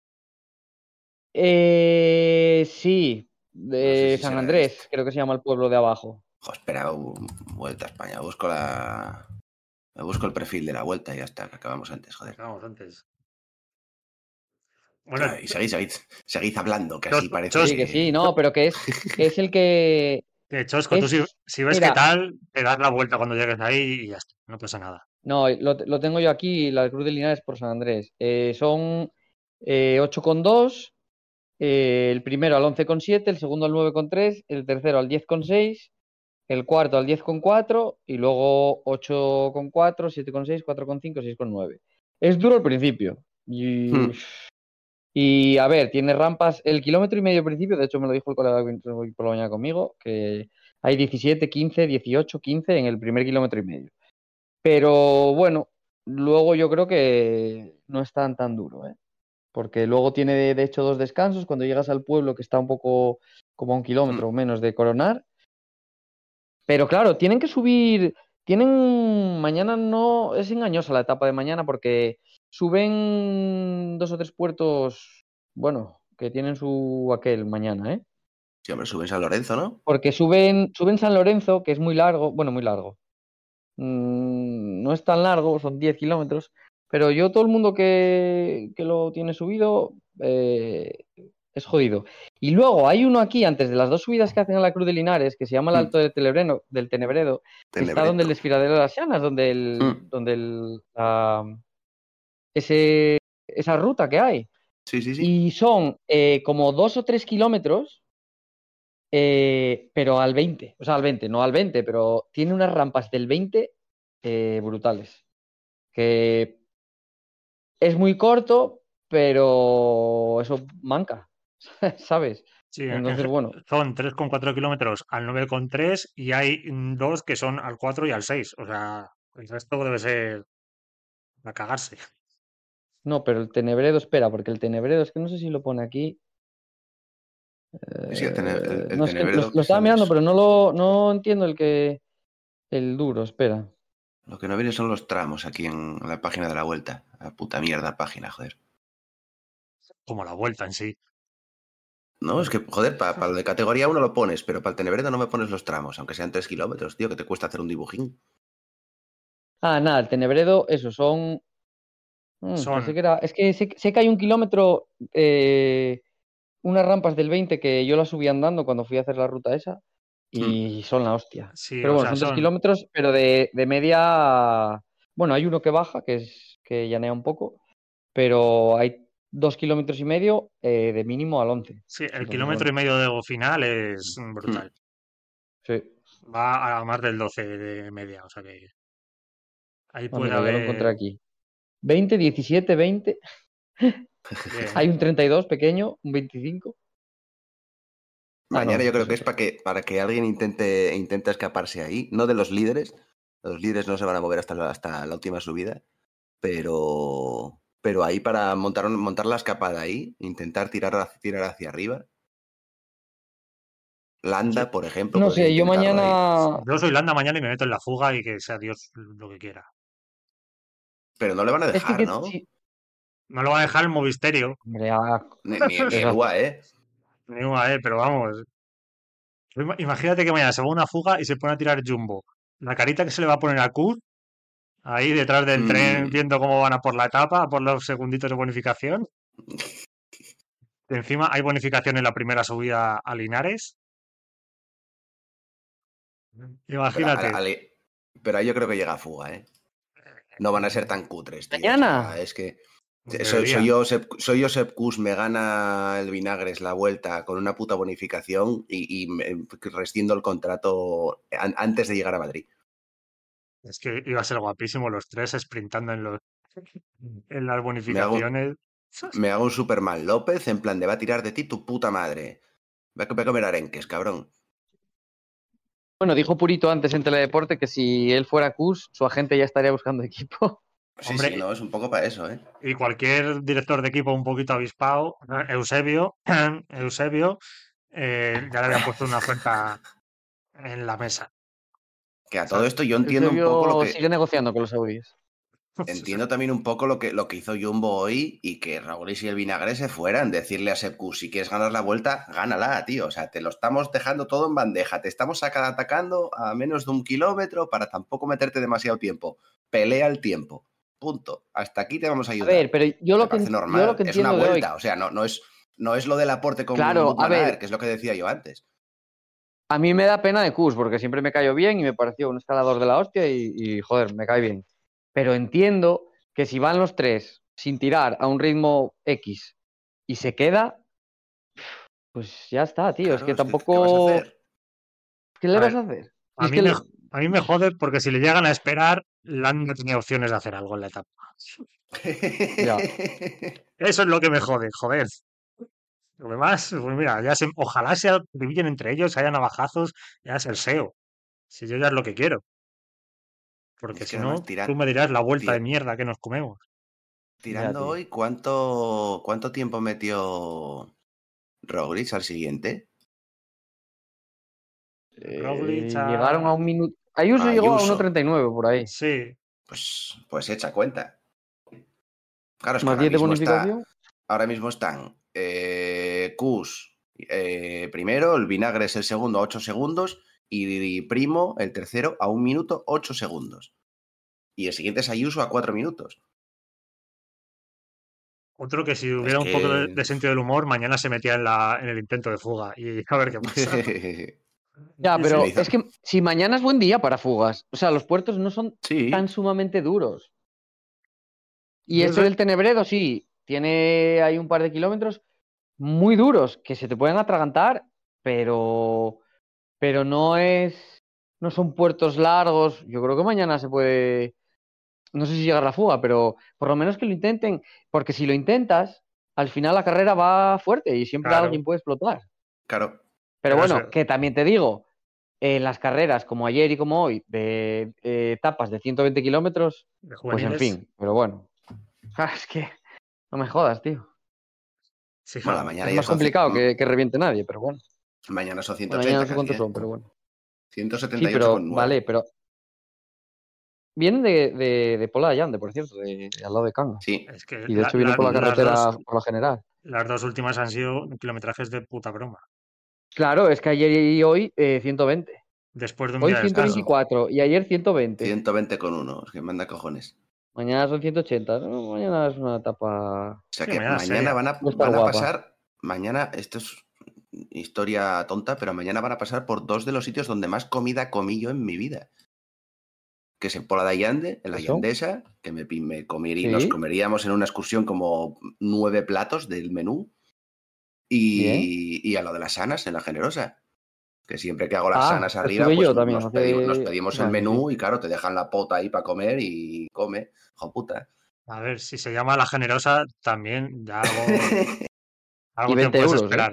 Sí, No sé de si San será Andrés, este. creo que se llama el pueblo de abajo. Espera, vuelta a España. Me busco el perfil de la vuelta y ya está, que acabamos antes, joder. Acabamos antes. Bueno, Claro, y seguís hablando, que así Chos- parece. Chos- Sí, que sí, no, pero que es el que Chosco, tú es. si ves qué Mira, tal, te das la vuelta cuando llegues ahí y ya está, no pasa nada. no, lo tengo yo aquí, la Cruz de Linares por San Andrés. Son 8,2, el primero al 11,7, el segundo al 9,3, el tercero al 10,6, el cuarto al 10,4 y luego 8,4, 7,6, 4,5, 6,9. Es duro al principio. Hmm. Y a ver, tiene rampas, el kilómetro y medio al principio, de hecho me lo dijo el colega que entró hoy por la mañana conmigo, que hay 17, 15, 18, 15 en el primer kilómetro y medio. Pero bueno, luego yo creo que no es tan duro, ¿eh? Porque luego tiene de hecho 2 descansos cuando llegas al pueblo que está un poco como a 1 kilómetro o menos de Coronar. Pero claro, tienen que subir, mañana no, es engañosa la etapa de mañana porque suben 2 o 3 puertos, bueno, que tienen su aquel mañana, ¿eh? Sí, hombre, suben San Lorenzo, ¿no? Porque suben San Lorenzo, que es muy largo, bueno, muy largo. No es tan largo, son 10 kilómetros, pero yo todo el mundo que lo tiene subido es jodido. Y luego hay uno aquí, antes de las 2 subidas que hacen a la Cruz de Linares, que se llama el Hmm. Alto del Tenebredo, que está donde el Tenebreto. desfiladero de las Llanas, esa ruta que hay. Sí, sí, sí. Y son como 2 o 3 kilómetros, pero al 20, o sea, al 20, no al 20, pero tiene unas rampas del 20 brutales. Que es muy corto, pero eso manca, ¿sabes? Sí, Entonces, bueno, son 3,4 kilómetros al 9,3 y hay dos que son al 4 y al 6. O sea, el resto debe ser a cagarse. no, pero el Tenebredo, espera, porque el Tenebredo es que no sé si lo pone aquí. Sí, el No, es que Tenebredo, lo que es estaba donde mirando, es. pero no entiendo el duro, espera. Lo que no viene son los tramos aquí en la página de la vuelta. La puta mierda página, joder. Como la vuelta en sí. No, es que, joder, para lo de categoría 1 lo pones, pero para el Tenebredo no me pones los tramos, aunque sean 3 kilómetros, tío, que te cuesta hacer un dibujín. Ah, nada, el Tenebredo, eso, son. Pensé Son, que era. Es que sé que hay 1 kilómetro, unas rampas del 20 que yo las subí andando cuando fui a hacer la ruta esa Hmm. y son la hostia. sí, Pero o bueno, sea, son 3 son, kilómetros, pero de media. Bueno, hay uno que baja, que llanea un poco, pero hay 2,5 kilómetros de mínimo al 11. sí, el Entonces, kilómetro y bueno, medio de final es Hmm. brutal. sí. Va a más del 12 de media, o sea que ahí Ah, puede mira, ya lo encontré haber. aquí. 20, 17, 20. Hay Bien. un 32 pequeño, un 25. Ah, Mañana no, yo creo es que es otro. para que alguien intente escaparse ahí, no de los líderes. Los líderes no se van a mover hasta la última subida, pero ahí para montar la escapada ahí, intentar tirar hacia arriba. Yo, Landa, por ejemplo, No podría sé, yo intentarlo ahí. mañana. yo soy Landa mañana y me meto en la fuga y que sea Dios lo que quiera. Pero no le van a Es dejar, ¿no? sí. No lo va a dejar el Movisterio, Hombre, Ni el exacto. UAE. ni UAE, pero vamos. Imagínate que mañana se va a una fuga y se pone a tirar Jumbo. La carita que se le va a poner a Kuz, ahí detrás del tren, Mm, viendo cómo van a por la etapa, a por los segunditos de bonificación. Encima hay bonificación en la primera subida a Linares. pero, Imagínate. pero ahí yo creo que llega a fuga, ¿eh? No van a ser tan cutres, tío. O sea, Mañana. es que Deberían. soy Josep Kus, me gana el Vinagres la vuelta con una puta bonificación y rescindo el contrato antes de llegar a Madrid. Es que iba a ser guapísimo los tres sprintando en las Me hago, bonificaciones. me hago un Superman López en plan de va a tirar de ti tu puta madre. Ve a comer arenques, cabrón. Bueno, dijo Purito antes en Teledeporte que si él fuera Cus, su agente ya estaría buscando equipo. Sí, Hombre, sí, no, es un poco para eso, ¿eh? y cualquier director de equipo un poquito avispado, Eusebio, Eusebio, ya le había puesto una oferta en la mesa. Que a todo ¿Sabes? esto yo entiendo un poco lo Eusebio que... sigue negociando con los saudíes. Entiendo también un poco lo que hizo Jumbo hoy y que Raúl y el Vinagre se fueran. Decirle a Sepku, si quieres ganar la vuelta, gánala, tío. O sea, te lo estamos dejando todo en bandeja. Te estamos atacando a menos de 1 kilómetro para tampoco meterte demasiado tiempo. Pelea el tiempo. Punto. Hasta aquí te vamos a A ayudar. ver, pero yo Me lo que, parece yo normal. lo que Es una entiendo de hoy, vuelta. O sea, no es lo del aporte con claro, Wout a van Aert, ver, que es lo que decía yo antes. a mí me da pena de Kuss porque siempre me cayó bien y me pareció un escalador de la hostia joder, me cae bien. Pero entiendo que si van los tres sin tirar a un ritmo X y se queda, pues ya está, tío. Es Claro, que es que ¿qué vas a tampoco. hacer? ¿Qué le A vas ver, a hacer? Si a es mí que me, a mí me jode porque si le llegan a esperar, Landa tenía opciones de hacer algo en la etapa. ya. Eso es lo que me jode, joder. Lo demás, pues mira, ojalá se dividan entre ellos, haya navajazos, ya es el SEO. Si yo ya es lo que quiero. Porque Es que si además no, tú me dirás la vuelta de tira- mierda que nos comemos. Ya, tirando tío. hoy, ¿cuánto tiempo metió Roglic al siguiente? Roglic Llegaron a un minuto. Ayuso llegó a Ayuso. 1.39 por ahí. Sí, Pues echa cuenta. Claro, es que Más 10 de bonificación. ahora mismo están Kuss primero, el Vinagre es el segundo a 8 segundos y Primo el tercero a 1 minuto 8 segundos. Y el siguiente es Ayuso a 4 minutos. otro que si Es hubiera un poco de que... sentido del humor, mañana se metía en el intento de fuga y a ver qué pasa. Ya, Sí, sí. pero es que si mañana es buen día para fugas. O sea, los puertos no son tan Sí, sumamente duros. Y Yo este sé, del Tenebredo, sí, tiene ahí un par de kilómetros muy duros que se te pueden atragantar, pero no son puertos largos. Yo creo que mañana se puede, no sé si llegar la fuga, pero por lo menos que lo intenten, porque si lo intentas, al final la carrera va fuerte y siempre claro, alguien puede explotar. claro. Pero pero bueno, eso, que también te digo, en las carreras como ayer y como hoy, de etapas de 120 kilómetros, de pues en juveniles, fin, pero bueno. Es que no me jodas, tío. sí, Bueno, la claro. mañana Es ya más son, complicado que reviente nadie, pero bueno. mañana son Bueno, ya 180 no sé casi, cuántos ¿eh? son, pero bueno. Sí, pero 178,9. vale, pero vienen de Pola de Allande, por cierto, al lado de Cangas. Sí, Es que Y de hecho vienen por la carretera, por la general. las dos últimas han sido kilometrajes de puta broma. Claro, es que ayer y hoy 120. Después de un Hoy día de descanso. 124 y ayer 120. 120,1. Es que manda cojones. Mañana son 180. No, mañana es una etapa. O sea Sí, que mañana mañana seria. van Va a estar a guapa. pasar, mañana, esto es historia tonta, pero mañana van a pasar por dos de los sitios donde más comida comí yo en mi vida. Que es en Pola de Allande, en la ¿Eso? Llandesa, que nos Sí, comeríamos en una excursión como 9 platos del menú, bien. y a lo de las sanas, en la Generosa. Que siempre que hago las Ah, sanas arriba, estuve pues yo también nos hace pedimos un el año, sí. menú y claro, te dejan la pota ahí para comer y come. Hijo puta. A ver, si se llama La Generosa, también ya Y algo te 20 puedes euros, ¿eh? esperar.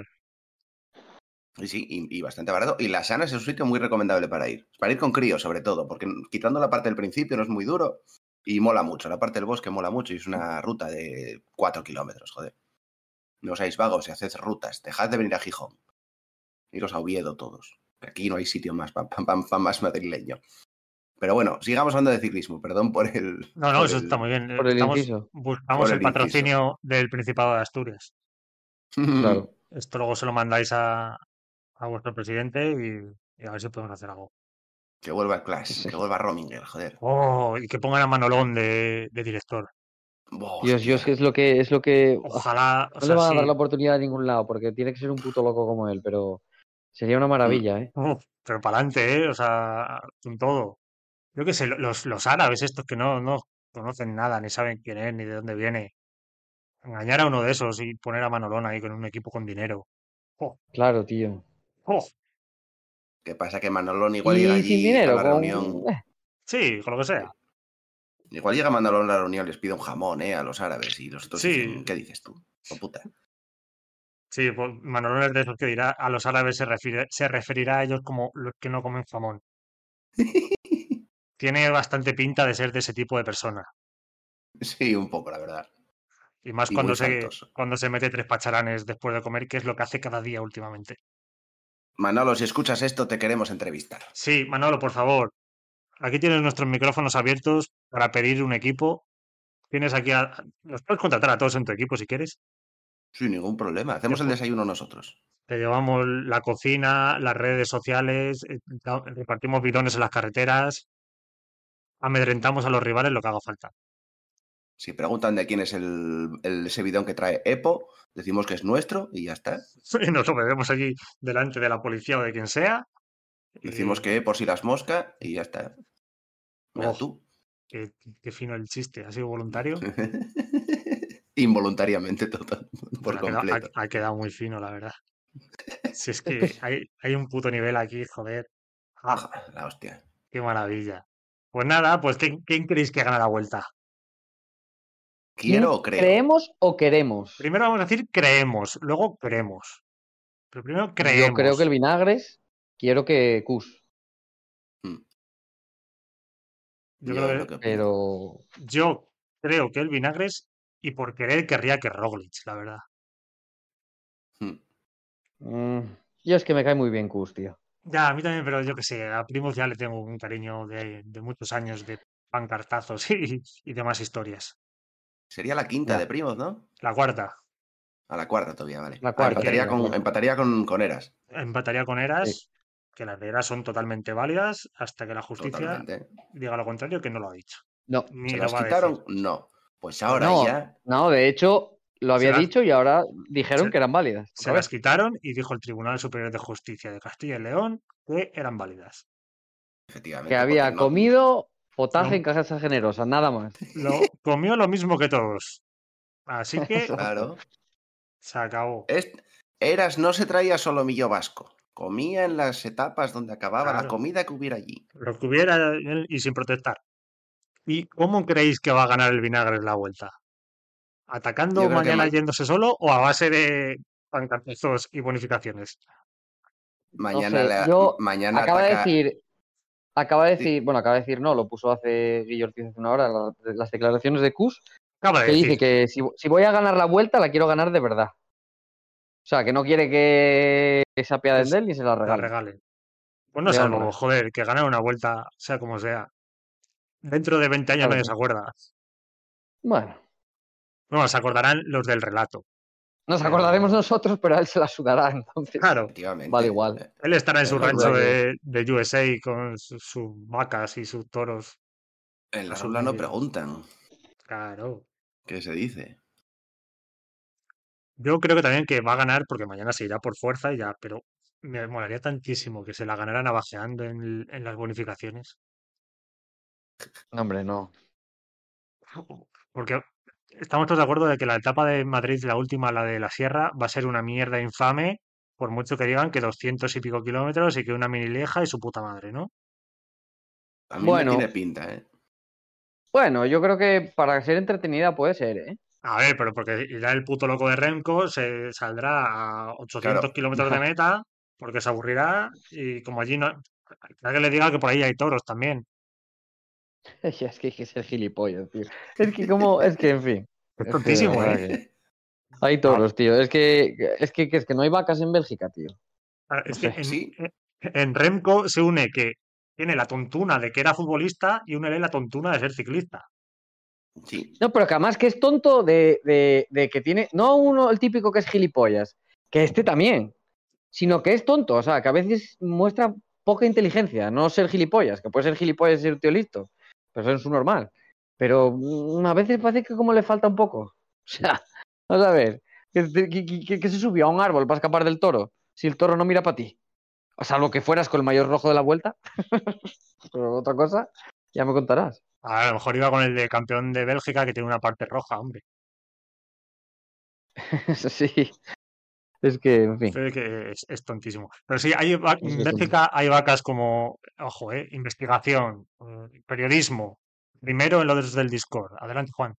Y sí, y bastante barato. Y las sanas es un sitio muy recomendable para ir. Para ir con críos, sobre todo, porque quitando la parte del principio no es muy duro y mola mucho. La parte del bosque mola mucho y es una ruta de 4 kilómetros, joder. No seáis vagos y haced rutas. Dejad de venir a Gijón. Iros a Oviedo todos. Aquí no hay sitio más para más madrileño. Pero bueno, sigamos hablando de ciclismo. Perdón por el. No, eso está muy bien. Por el inciso. Buscamos por el el inciso. patrocinio del Principado de Asturias. Claro. Esto luego se lo mandáis a vuestro presidente y a ver si podemos hacer algo. Que vuelva el Clash, Sí. que vuelva Rominger, joder. Oh, y que pongan a Manolón de director. Dios, es que Hostia. es lo que. Ojalá, o No le sea, van a dar sí. la oportunidad a ningún lado, porque tiene que ser un puto loco como él, pero sería una maravilla, ¿eh? Pero para adelante, ¿eh? O sea, con todo. Yo qué sé, los árabes estos que no conocen nada, ni saben quién es, ni de dónde viene. Engañar a uno de esos y poner a Manolón ahí con un equipo con dinero. ¡Oh! Claro, tío. ¡Oh! ¿Qué pasa? Que Manolón igual llega Y sin allí a dinero, la reunión. Sí, con lo que sea. Igual llega Manolón a la reunión, les pide un jamón, a los árabes y los otros dicen, Sí, ¿qué dices tú? Oh, puta. sí, pues Manolón es de esos que dirá a los árabes se referirá a ellos como los que no comen jamón. Tiene bastante pinta de ser de ese tipo de persona. Sí, un poco, la verdad. Y más Y muy faltoso. cuando se mete 3 pacharanes después de comer, que es lo que hace cada día últimamente. Manolo, si escuchas esto, te queremos entrevistar. Sí, Manolo, por favor. Aquí tienes nuestros micrófonos abiertos para pedir un equipo. Tienes aquí Nos puedes contratar a todos en tu equipo si quieres. Sin ningún problema. Hacemos el desayuno nosotros. Te llevamos la cocina, las redes sociales, repartimos bidones en las carreteras, amedrentamos a los rivales lo que haga falta. Si preguntan de quién es ese bidón que trae Epo, decimos que es nuestro y ya está. Y nos lo bebemos allí delante de la policía o de quien sea. Decimos que por si las moscas y ya está. Mira Oh, tú. qué fino el chiste. ¿Ha sido voluntario? Involuntariamente, total, por Pero completo. ha quedado muy fino, la verdad. Si es que hay un puto nivel aquí, joder. ¡Ah, La hostia. qué maravilla! Pues nada, pues ¿quién creéis que gana la vuelta? ¿Quiero o creo? ¿Creemos o queremos? Primero vamos a decir creemos, luego queremos. Pero primero Yo creo que el creemos. Vinagres, quiero que Cus. Yo Yo es lo creo que opino. Pero yo creo que el Vinagres, y por querer querría que Roglic, la verdad. yo es que me cae muy bien Cus, tío. Ya, a mí también, pero yo que sé, a Primoz ya le tengo un cariño de muchos años de pancartazos y demás historias. Sería la quinta Ya. de Primos, ¿no? La cuarta, A la cuarta todavía, vale. La cuarta, empataría, sí, la cuarta. empataría con Eras. empataría con Eras, Sí. que las de Eras son totalmente válidas hasta que la justicia Totalmente. diga lo contrario, que no lo ha dicho. No, Ni ¿Se lo las va a quitaron? decir. No. Pues ahora no, ya. no, de hecho lo había las- dicho y ahora dijeron se- que eran válidas. Se otra las vez. quitaron y dijo el Tribunal Superior de Justicia de Castilla y León que eran válidas. Efectivamente. Que había porque no- comido potaje No. en casa generosa, nada más. Lo comió lo mismo que todos. Así que Claro. se acabó. Eras no se traía solomillo vasco. Comía en las etapas donde acababa la Claro. comida que hubiera allí. Lo que hubiera y sin protestar. ¿Y cómo creéis que va a ganar el Vinagre la vuelta? ¿Atacando Yo creo que mañana yéndose solo o a base de pancartazos y bonificaciones? No mañana, sé, yo mañana acaba de ataca. decir, bueno, acaba de decir, no, lo puso hace Guillo Ortiz hace una hora, las declaraciones de Cus, Acaba de que dice decir, que si voy a ganar la vuelta, la quiero ganar de verdad. O sea, que no quiere que se apiaden de él ni se la la regalen. regalen. Pues no De sabemos, honra. joder, que ganar una vuelta, sea como sea. Dentro de 20 años Claro, nadie sí. se acuerda. Bueno, Bueno, se acordarán los del relato. nos Pero- acordaremos nosotros, pero a él se la sudará, entonces. Claro, Efectivamente. Vale igual. él estará en su Es lo rancho que- de USA con sus vacas y sus toros. En la a subla no medio. preguntan. Claro. ¿Qué se dice? Yo creo que también que va a ganar porque mañana se irá por fuerza y ya, pero me molaría tantísimo que se la ganara navajeando en las bonificaciones. No, hombre, no. Porque estamos todos de acuerdo de que la etapa de Madrid, la última, la de la Sierra, va a ser una mierda infame, por mucho que digan que 200 y pico kilómetros y que una mini lieja y su puta madre, ¿no? A mí Bueno. me tiene pinta, ¿eh? Bueno, yo creo que para ser entretenida puede ser, ¿eh? A ver, pero porque irá el puto loco de Remco, se saldrá a 800 Claro. kilómetros de meta, porque se aburrirá y como allí no... Que alguien le diga que por ahí hay toros también. Es que hay que ser gilipollas, tío. Es que, en fin. Es de tontísimo, verdad ¿eh? que- Hay toros, tío. Es que no hay vacas en Bélgica, tío. Es No que sé. Sí. en Remco se une que tiene la tontuna de que era futbolista y une la tontuna de ser ciclista. Sí. No, pero que además que es tonto de que tiene. No uno, el típico que es gilipollas, que este también. Sino que es tonto. O sea, que a veces muestra poca inteligencia. No ser gilipollas, que puede ser gilipollas y ser un tío listo. Pero eso es su normal. Pero a veces parece que como le falta un poco. O sea, vamos a ver. Que se subió a un árbol para escapar del toro. Si el toro no mira para ti. O salvo que fueras con el mayor rojo de la vuelta. Pero otra cosa, ya me contarás. A lo mejor iba con el de campeón de Bélgica que tiene una parte roja, hombre. Sí. Es que, en fin. Creo que es tontísimo. Pero sí, en Es Bélgica hay vacas como, ojo, investigación, periodismo. Primero en lo del Discord. Adelante, Juan.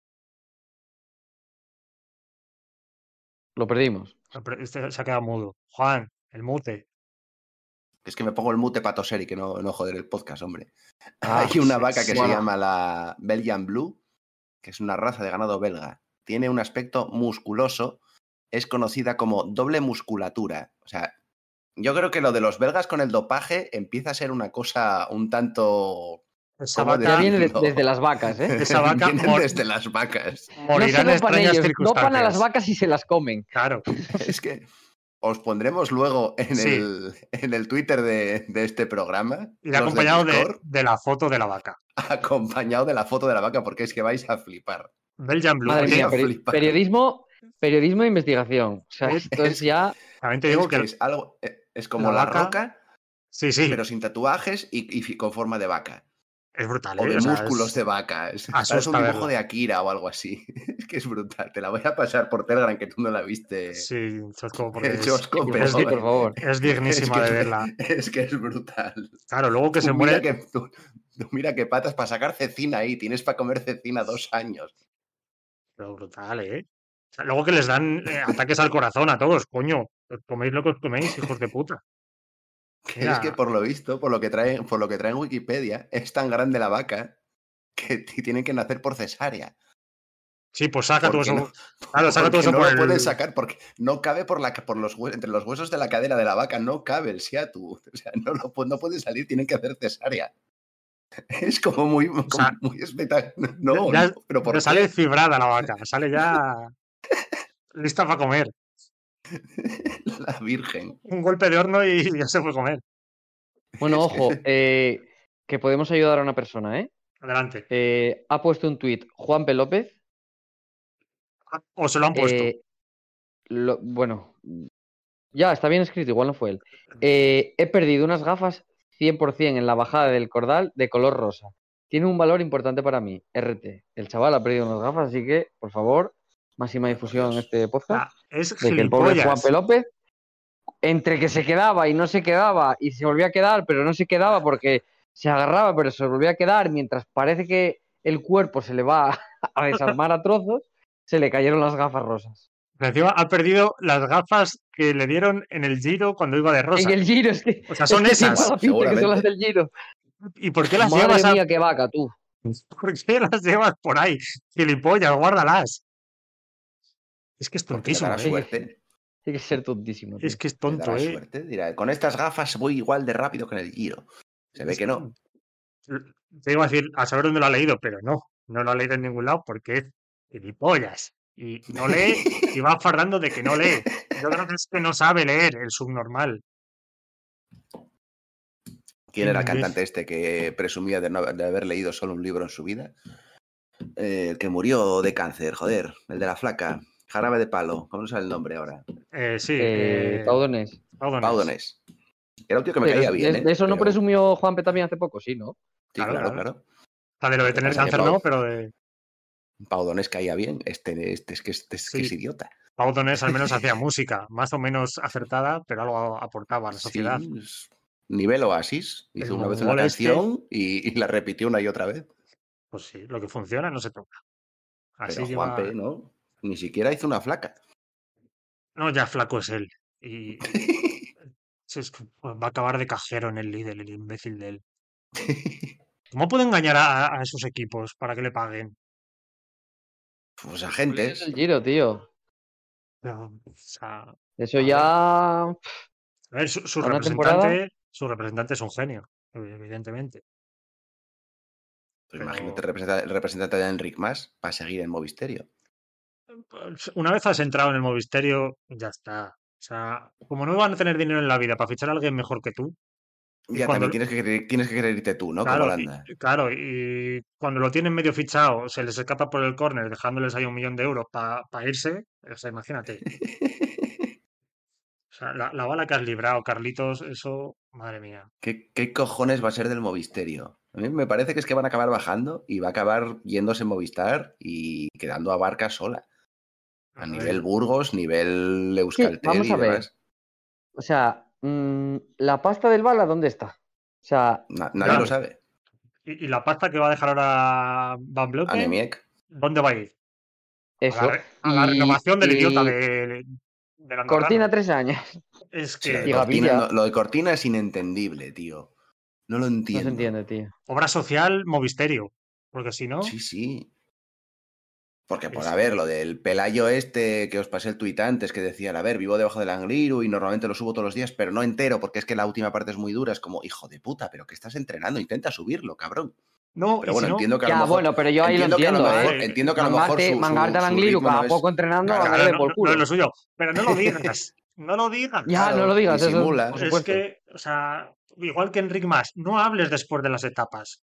Lo perdimos. Este se ha quedado mudo. Juan, el mute. Es que me pongo el mute para toser y que no joder el podcast, hombre. Ah, Hay una sí, vaca que sí. se llama la Belgian Blue, que es una raza de ganado belga. Tiene un aspecto musculoso, es conocida como doble musculatura. O sea, yo creo que lo de los belgas con el dopaje empieza a ser una cosa un tanto... Esa ¿Cómo vaca Ya viene decirlo? desde las vacas, ¿eh? Esa vaca Vienen desde las vacas. morirá No en se dopan extrañas ellos, circunstancias. dopan a las vacas y se las comen. Claro. Es que os pondremos luego en, Sí. en el Twitter de este programa. Irá los del acompañado Discord, de la foto de la vaca. acompañado de la foto de la vaca, porque es que vais a flipar. Belgian Blue. Madre Oye, mía, flipar. periodismo de investigación. O sea, esto es ya... también te digo que que es algo, es como la La vaca- Roca, sí, pero sin tatuajes y con forma de vaca. es brutal. O de O sea, músculos de vaca. Parece asusta un dibujo verlo. de Akira o algo así. Es que es brutal. Te la voy a pasar por Telegram, que tú no la viste. Sí, Chosco, porque Chosco, Sí, pero sí, por favor. es dignísima que de es- verla. Es que es brutal. Claro, luego que Tú se mira muere. que, tú mira qué patas para sacar cecina ahí. Tienes para comer cecina 2 años. Pero brutal, ¿eh? O sea, luego que les dan ataques al corazón a todos, coño. Os coméis lo que os coméis, hijos de puta. Que Mira, es que por lo visto, por lo que trae en Wikipedia, es tan grande la vaca que tienen que nacer por cesárea. sí, pues saca todo Porque eso. no, Claro, saca todo porque eso no por lo el. pueden sacar, porque no cabe entre los huesos de la cadera de la vaca, no cabe el siatu. O sea, no puede salir, tienen que hacer cesárea. Es como muy, sea, muy espectacular. No, ya, no, pero ¿por ya qué? sale fibrada la vaca, sale ya lista para comer. La Virgen. Un golpe de horno y ya se puede comer. Bueno, Es que- ojo, que podemos ayudar a una persona, ¿eh? Adelante. Ha puesto un tuit Juanpe López. O se lo han puesto. Bueno, ya está bien escrito, igual no fue él. He perdido unas gafas 100% en la bajada del Cordal de color rosa. Tiene un valor importante para mí. RT. El chaval ha perdido unas gafas, así que, por favor, máxima difusión en este podcast. Es De que el pobre gilipollas. Juanpe López, entre que se quedaba y no se quedaba, y se volvía a quedar, pero no se quedaba porque se agarraba, pero se volvía a quedar, mientras parece que el cuerpo se le va a desarmar a trozos, se le cayeron las gafas rosas. Encima ha perdido las gafas que le dieron en el Giro cuando iba de rosa. En el Giro, es que, O sea, son es que esas, tiene mala pinta que son las seguramente. del Giro. ¿Y por qué las Madre llevas mía, qué vaca, tú. ¿Por qué las llevas por ahí? Gilipollas, guárdalas. Es que es Porque le tontísimo, dará ¿eh? suerte. Tiene que ser tontísimo, tío. Es que es Le tonto, dará ¿eh? suerte. Dirá, con estas gafas voy igual de rápido que en el Giro. Se ve que no. Te iba a decir, a saber dónde lo ha leído, pero no lo ha leído en ningún lado porque es gilipollas. Y no lee y va fardando de que no lee. Yo creo que es que no sabe leer el subnormal. ¿Quién era el Imbécil. cantante este que presumía de haber leído solo un libro en su vida? El que murió de cáncer, joder. El de la flaca. Jarabe de palo. ¿Cómo no sale el nombre ahora? Sí. Pau Donés. Paudones. Pau Donés. Era un tío que me Pero caía bien, de eso no Pero- presumió Juanpe también hace poco, sí, ¿no? Sí, Claro, claro, claro. claro. O sea, de lo de Lo que tener pasa es que cáncer no, Pau- pero de Pau Donés caía bien. Este es que es Sí. idiota. Paudones al menos hacía música, más o menos acertada, pero algo aportaba a la sociedad. Sí, nivel Oasis. Hizo El una vez una mongol este- canción y la repitió una y otra vez. Pues sí, lo que funciona no se toca. Así Pero lleva... Juanpe, ¿no? Ni siquiera hizo una flaca. No, ya flaco es él. Y va a acabar de cajero en el líder, el imbécil de él. ¿Cómo puede engañar a esos equipos para que le paguen? Pues Es agentes. el Giro, tío. O sea, Eso A ya... a ver, su ¿A una temporada? representante es un genio, evidentemente. Pues Pero- imagínate el representante de Enric Mas para seguir en Movisterio. Pues, una vez has entrado en el Movisterio, ya está. O sea, como no van a tener dinero en la vida para fichar a alguien mejor que tú, Ya cuando- también tienes que querer irte tú, ¿no? Como claro, Holanda. y cuando lo tienen medio fichado, se les escapa por el córner dejándoles ahí 1 millón de euros para irse, o sea, imagínate. O sea, la bala que has librado, Carlitos, eso, madre mía. ¿Qué cojones va a ser del Movisterio? A mí me parece que es que van a acabar bajando y va a acabar yéndose en Movistar y quedando a Barca sola. A nivel Burgos, nivel Euskaltel vamos y a ver. demás. O sea, la pasta del Bala, ¿dónde está? O sea, Nadie Claro. lo sabe. ¿Y la pasta que va a dejar ahora Van Bloeken? Anemiek. ¿Dónde va a ir? eso. A la Y- renovación del y idiota de la Cortina 3 años. Es Sí, lo, que de Y Cortina, Gavilla. lo de Cortina es inentendible, tío. No lo No entiendo. se entiende, tío. obra social Movisterio. Porque si no, Sí, sí. Porque, por Es- a ver, lo del Pelayo este que os pasé el tuit antes, que decían, a ver, vivo debajo del Angliru y normalmente lo subo todos los días, pero no entero, porque es que la última parte es muy dura. Es como, hijo de puta, pero que estás entrenando, intenta subirlo, cabrón. no, Pero y bueno, si no, entiendo que a lo Ya, mejor... bueno, pero yo ahí lo entiendo que a lo entiendo, mejor, ¿eh? entiendo que a lo mejor Mangarte al su Angliru ritmo cada no es- poco entrenando, Claro, a claro, darle no, por no culo. es lo suyo. Pero no lo digas, no lo digas. Ya, Claro, no lo digas, eso disimula. por Es supuesto. que, o sea, igual que Enric Mas, no hables después de las etapas.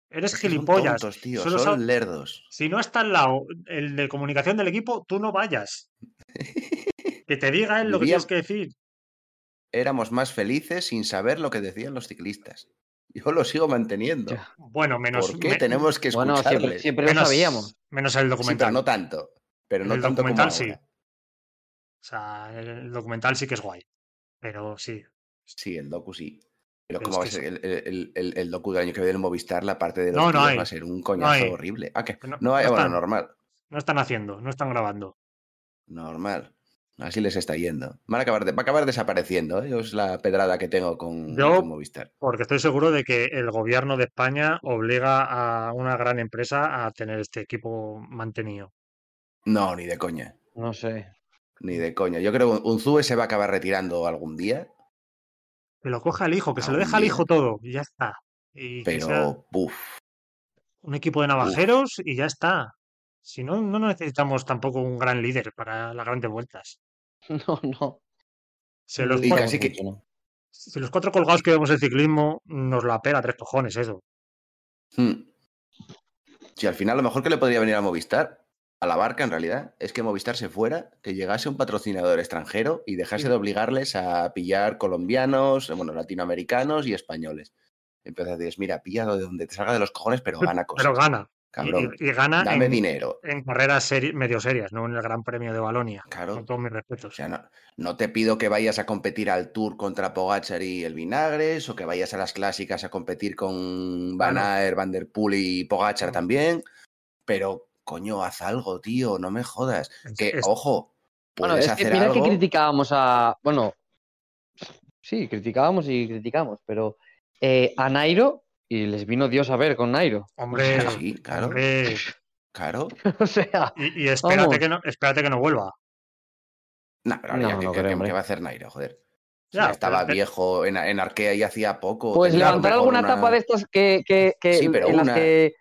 Eres Es que son gilipollas. tontos, tío, Solo son lerdos. Si no está al lado el de comunicación del equipo, tú no vayas. Que te diga él lo que tienes que decir. Éramos más felices sin saber lo que decían los ciclistas. Yo lo sigo manteniendo. Bueno, menos... ¿Por qué tenemos que escucharles? Bueno, siempre lo sabíamos. Menos el Sí, documental. pero no tanto. Pero no el tanto documental como ahora. sí. O sea, el documental sí que es guay. Pero sí. Sí, el docu sí. Pero Pero ¿cómo es va a que ser el docu del año que viene en Movistar? La parte de los No, no tíos hay. va a ser un coñazo hay. horrible. Ah, que No- no hay, no bueno, están. normal. No están haciendo, no están grabando. Normal. Así les está yendo. Va a acabar desapareciendo, ¿eh? Es la pedrada que tengo con Yo, Movistar. porque estoy seguro de que el gobierno de España obliga a una gran empresa a tener este equipo mantenido. No, ni de coña. No sé. Ni de coña. Yo creo que Unzúe se va a acabar retirando algún día. Que lo coja el hijo, que se lo Algún deja al día. hijo todo y ya está. Y que sea Pero, puf. un equipo de navajeros y ya está. Si no, no necesitamos tampoco un gran líder para las grandes vueltas. No. Si los, Y cuatro, casi que, mucho, ¿no? si los 4 colgados que vemos en ciclismo nos la pela 3 cojones eso. Si al final lo mejor que le podría venir a Movistar, a la Barca en realidad, es que Movistar se fuera, que llegase un patrocinador extranjero y dejase de obligarles a pillar colombianos, bueno, latinoamericanos y españoles. Empieza a decir, mira, pilla de donde te salga de los cojones, pero gana cosas. Pero gana. Cabrón, Y gana dame dinero. en carreras medio serias, no en el Gran Premio de Valonia. Claro. Con todos mis O respetos. sea, no te pido que vayas a competir al Tour contra Pogačar y el Vinagres, o que vayas a las clásicas a competir con Van Aert, Van der Poel y Pogačar también, pero coño, haz algo, tío, no me jodas. Ojo, Bueno, puedes es que hacer mira algo. que criticábamos a... Bueno, sí, criticábamos, pero a Nairo, y les vino Dios a ver con Nairo. Hombre, Sí, claro. hombre. Claro. O sea, Y espérate que no vuelva. No, pero ahora ¿qué va a hacer Nairo, joder? Ya, Ya estaba viejo en Arkea y hacía poco. Pues tenía levantar alguna etapa de estas que Sí, pero en las una. que...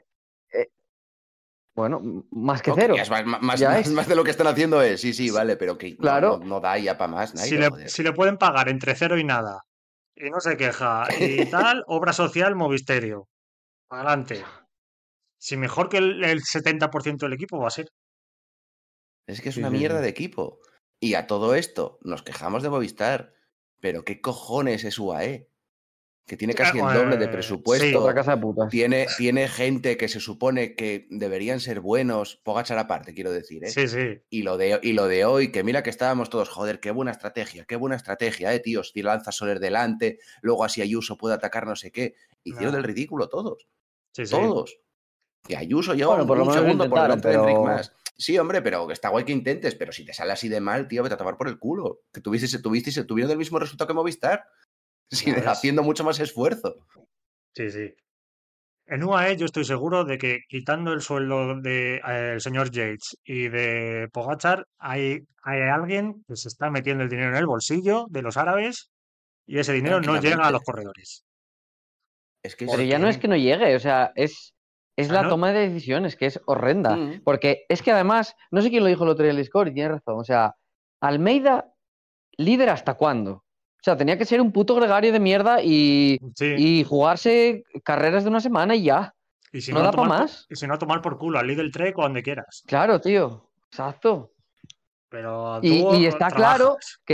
bueno, más que cero. Más de lo que están haciendo es, sí, vale, pero que claro. no da ya para más, Nairo, si le pueden pagar entre 0 y nada, y no se queja, y tal, obra social, Movisterio. Adelante. Si mejor que el 70% del equipo va a ser. Es que es una mierda de equipo. Y a todo esto nos quejamos de Movistar. Pero ¿qué cojones es UAE? Que tiene casi el doble de presupuesto. Sí, otra casa de putas. Tiene gente que se supone que deberían ser buenos. Pogačar aparte, quiero decir, ¿eh? Sí. Y lo de hoy, que mira que estábamos todos, joder, qué buena estrategia, tíos. Si lanza Soler delante, luego así Ayuso puede atacar no sé qué. Hicieron del ridículo todos. Sí. Todos. Que Ayuso lleva por lo un menos segundo por delante de Enric Mas. Sí, hombre, pero está guay que intentes, pero si te sale así de mal, tío, vete a tomar por el culo. Que tuvieron el mismo resultado que Movistar. Haciendo mucho más esfuerzo. Sí. En UAE yo estoy seguro de que quitando el sueldo del señor Yates y de Pogačar, hay alguien que se está metiendo el dinero en el bolsillo de los árabes y ese dinero no llega a los corredores. Pero ya no es que no llegue, o sea, es la toma de decisiones, que es horrenda. Porque es que además, no sé quién lo dijo el otro día en el Discord y tiene razón, o sea, Almeida, ¿líder hasta cuándo? O sea, tenía que ser un puto gregario de mierda y jugarse carreras de una semana y ya. Y si no da para más. Y si no, a tomar por culo al Lidl Trek o donde quieras. Claro, tío. Exacto. Pero y está claro que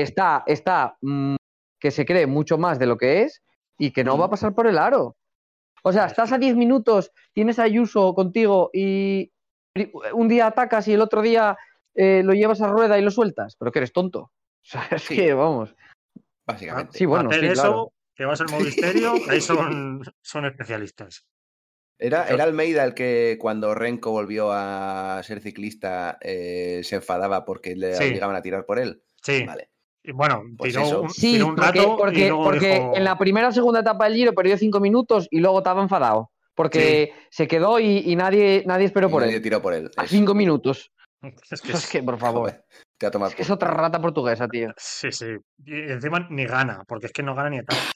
que se cree mucho más de lo que es y que no va a pasar por el aro. O sea, estás a 10 minutos, tienes a Ayuso contigo y un día atacas y el otro día lo llevas a rueda y lo sueltas. Pero que eres tonto. O sea, es que, vamos... Básicamente. Sí, bueno, hacer sí, eso, claro. que vas al Movisterio, ahí son especialistas. Era Almeida el que cuando Renko volvió a ser ciclista se enfadaba porque le obligaban a tirar por él. Sí. Vale. Y bueno, pues tiró un rato porque dijo... en la primera o segunda etapa del Giro perdió 5 minutos y luego estaba enfadado. Porque se quedó y nadie esperó por él. Nadie tiró por él. A 5 minutos. Es que, por favor. Joder, te ha tomado es otra rata portuguesa, tío. Sí. Y encima ni gana, porque es que no gana ni etapa.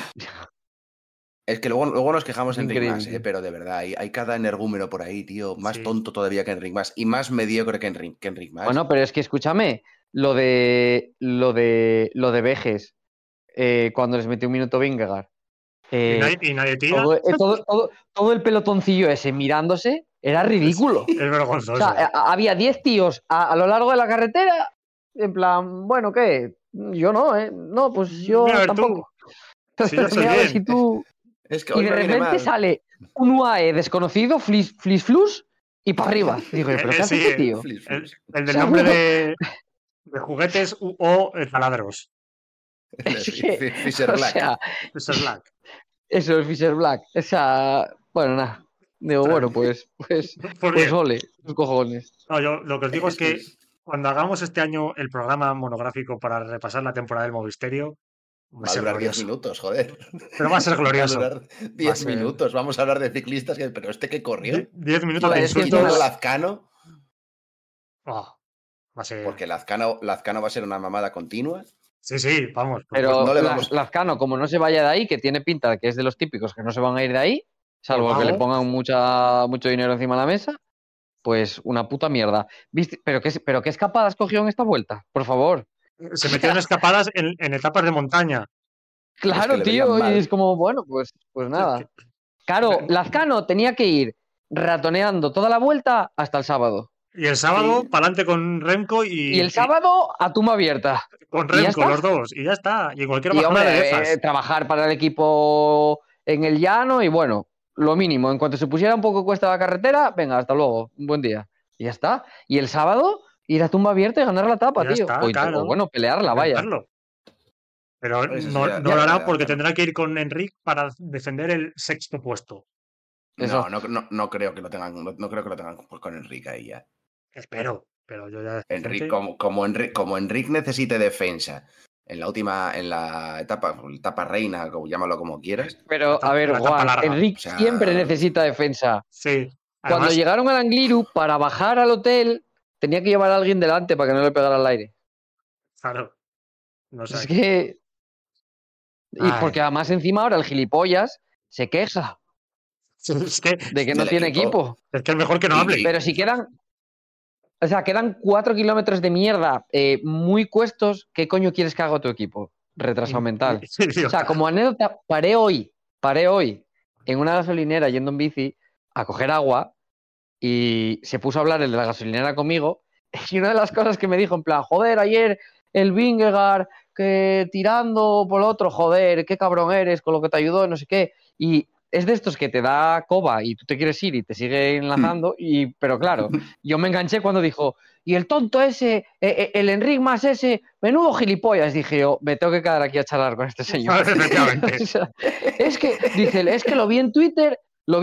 Es que luego nos quejamos en Enric Mas, Increíble. pero de verdad, hay cada energúmeno por ahí, tío. Más tonto todavía que Enric Mas. Y más mediocre que Enric Mas. Bueno, pero es que escúchame, lo de Vejes, cuando les metió un minuto Vingegaard, Y nadie tira. Todo el pelotoncillo ese mirándose era ridículo. Es vergonzoso. O sea, había 10 tíos a lo largo de la carretera, en plan, bueno, ¿qué? Yo no, ¿eh? No, pues yo Mira, a ver, tampoco. Si yo soy Mira, a ver bien. si tú... Es que Y hoy de me viene repente mal. sale un UAE desconocido, flis flus, y para arriba. Digo, ¿pero qué hace Sí, este tío? Flis, El flis. del O sea, nombre bueno. de juguetes o taladros. Es que, Fisher o Black. sea, Es Slack. eso es Fisher Black. Esa, bueno, nada. Digo, bueno, pues Porque, ole, los cojones. no, yo lo que os digo es que Es- cuando hagamos este año el programa monográfico para repasar la temporada del Movisterio, va a Va a ser durar 10 glorioso. minutos, joder. Pero va a ser glorioso. Va a durar 10 ser- minutos. Vamos a hablar de ciclistas, pero este que corrió. 10 minutos Joder, de es que Quitando insultos. Lazcano, Oh, va a ser. porque Lazcano va a ser una mamada continua. Sí, vamos. Pero no le vamos- Lazcano, como no se vaya de ahí, que tiene pinta de que es de los típicos que no se van a ir de ahí, salvo Por que le vago. pongan mucho dinero encima de la mesa, pues una puta mierda. ¿Viste? ¿Pero qué escapadas cogió en esta vuelta? Por favor. Se metió en escapadas en etapas de montaña. Claro, le tío, veían mal. y es como, bueno, pues nada. Claro, Lazcano tenía que ir ratoneando toda la vuelta hasta el sábado. Y el sábado, Sí. para adelante con Remco Y el sábado a tumba abierta. con ¿y ya Remco, está? los dos. Y ya está. Y en cualquier Y bajada hombre, de dejas. trabajar para el equipo en el llano y bueno, lo mínimo. En cuanto se pusiera un poco cuesta la carretera, venga, hasta luego, un buen día. Y ya está. Y el sábado ir a tumba abierta y ganar la etapa, Ya tío. está, O claro. bueno, pelearla, vaya. Intentarlo. Pero Eso no sería- lo hará ya, porque ya. tendrá que ir con Enric para defender el sexto puesto. Eso. No creo que lo tengan. No creo que lo tengan pues, con Enrique ahí ya. Espero, pero yo ya... Enric, como Enric necesite defensa en la etapa reina, llámalo como quieras. Pero, a ver, la etapa Juan, larga. Enric O sea, siempre necesita defensa. Sí. Cuando Además, llegaron al Angliru, para bajar al hotel, tenía que llevar a alguien delante para que no le pegara al aire. claro. No sé. Es que... Y Ay. porque además encima ahora el gilipollas se queja Es que de que no Del tiene equipo. equipo. es mejor que no hable. Pero si quedan... O sea, quedan 4 kilómetros de mierda muy cuestos. ¿Qué coño quieres que haga tu equipo? Retrasado mental. O sea, como anécdota, paré hoy en una gasolinera yendo en bici a coger agua y se puso a hablar el de la gasolinera conmigo y una de las cosas que me dijo en plan, joder, ayer el Vingegaard que tirando por lo otro, joder, qué cabrón eres con lo que te ayudó, no sé qué. Y es de estos que te da coba y tú te quieres ir y te sigue enlazando, pero claro, yo me enganché cuando dijo, y el tonto ese, el Enric Mas ese, menudo gilipollas, dije yo, me tengo que quedar aquí a charlar con este señor. Efectivamente. O sea, es que lo vi en Twitter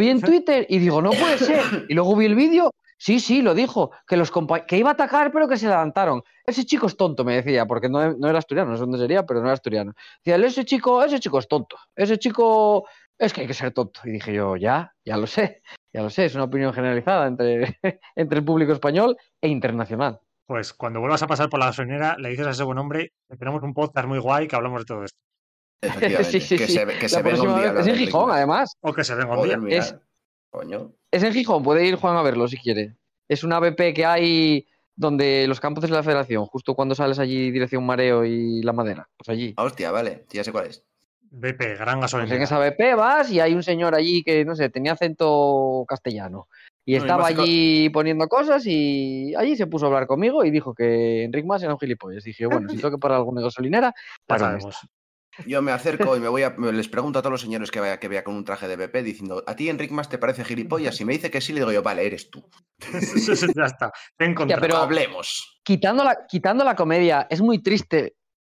y digo, no puede ser. Y luego vi el vídeo, sí, lo dijo, que iba a atacar pero que se levantaron. Ese chico es tonto, me decía, porque no era asturiano, no sé dónde sería, pero no era asturiano. Decía, ese chico es tonto, ese chico es que hay que ser tonto. Y dije yo, ya lo sé, es una opinión generalizada entre el público español e internacional. Pues cuando vuelvas a pasar por la gasolinera, le dices a ese buen hombre que tenemos un podcast muy guay que hablamos de todo esto. Efectivamente. Sí. Que se La venga un próxima día. vez- es en Gijón, además. O que se venga un Joder, día. mira. Coño. Es en Gijón, puede ir Juan a verlo si quiere. Es una BP que hay donde los campos de la Federación, justo cuando sales allí dirección Mareo y La Madera, pues allí. Hostia, vale. Ya sé cuál es. BP, gran Pues en gasolinera. esa BP vas y hay un señor allí que, no sé, tenía acento castellano. Y No, estaba y más allí poniendo cosas y allí se puso a hablar conmigo y dijo que Enric Mas era un gilipollas. Dije, bueno, si tengo que parar alguna gasolinera, Ya paro en sabemos. esta. Yo me acerco y les pregunto a todos los señores que vea con un traje de BP diciendo, ¿a ti Enric Mas te parece gilipollas? Si me dice que sí, le digo yo, vale, eres tú. Ya está. Te he encontrado. pero- Hablemos. Quitando la comedia, es muy triste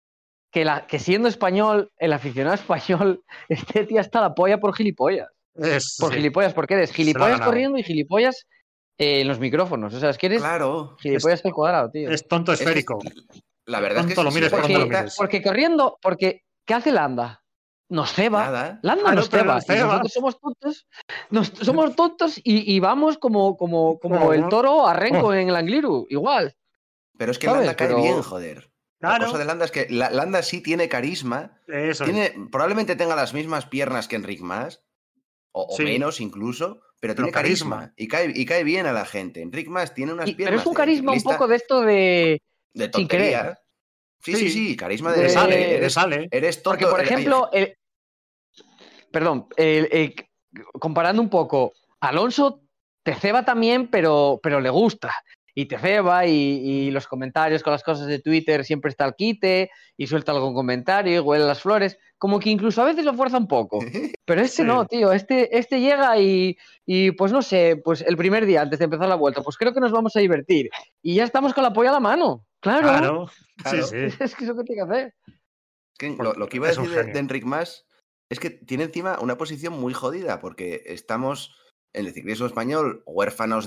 que siendo español, el aficionado español, este tío hasta la polla por gilipollas. Por Sí. gilipollas, porque eres lo ha gilipollas ganado. corriendo y gilipollas en los micrófonos. O sea, es que eres Claro. gilipollas al cuadrado, tío. Es tonto Es que esférico. La verdad es que Tonto lo sí, mires sí, por donde lo porque- mires. Porque corriendo, ¿qué hace Landa? Nos ceba. Nada. Landa Claro, nos pero ceba. nos Y ceba. nosotros somos tontos. Somos tontos y vamos como Como- el toro a Renko en el Angliru. Igual. Pero es que ¿Sabes? Landa cae Pero- bien, joder. La Claro. cosa de Landa es que Landa sí tiene carisma. Eso. Probablemente tenga las mismas piernas que Enric Mas, o Sí. menos incluso, pero tiene carisma. carisma. Y cae bien a la gente. Enric Mas tiene unas piernas. Pero es un de carisma un ciclista poco de esto de... de sin querer. tontería. Sí, Sí. carisma Le de. Le sale, le eres, sale. eres tonto. Porque, por ejemplo, perdón, comparando un poco, Alonso te ceba también, pero le gusta. Y te ceba y los comentarios con las cosas de Twitter siempre está al quite y suelta algún comentario y huele las flores. Como que incluso a veces lo fuerza un poco. Pero Sí. no, tío. Este llega y pues no sé, pues el primer día antes de empezar la vuelta, pues creo que nos vamos a divertir. Y ya estamos con la polla a la mano. Claro. Claro. Sí. Es que eso que tiene que hacer. Es que Porque lo que iba a es un decir de genio. Enric Mas es que tiene encima una posición muy jodida, porque estamos en el ciclismo español huérfanos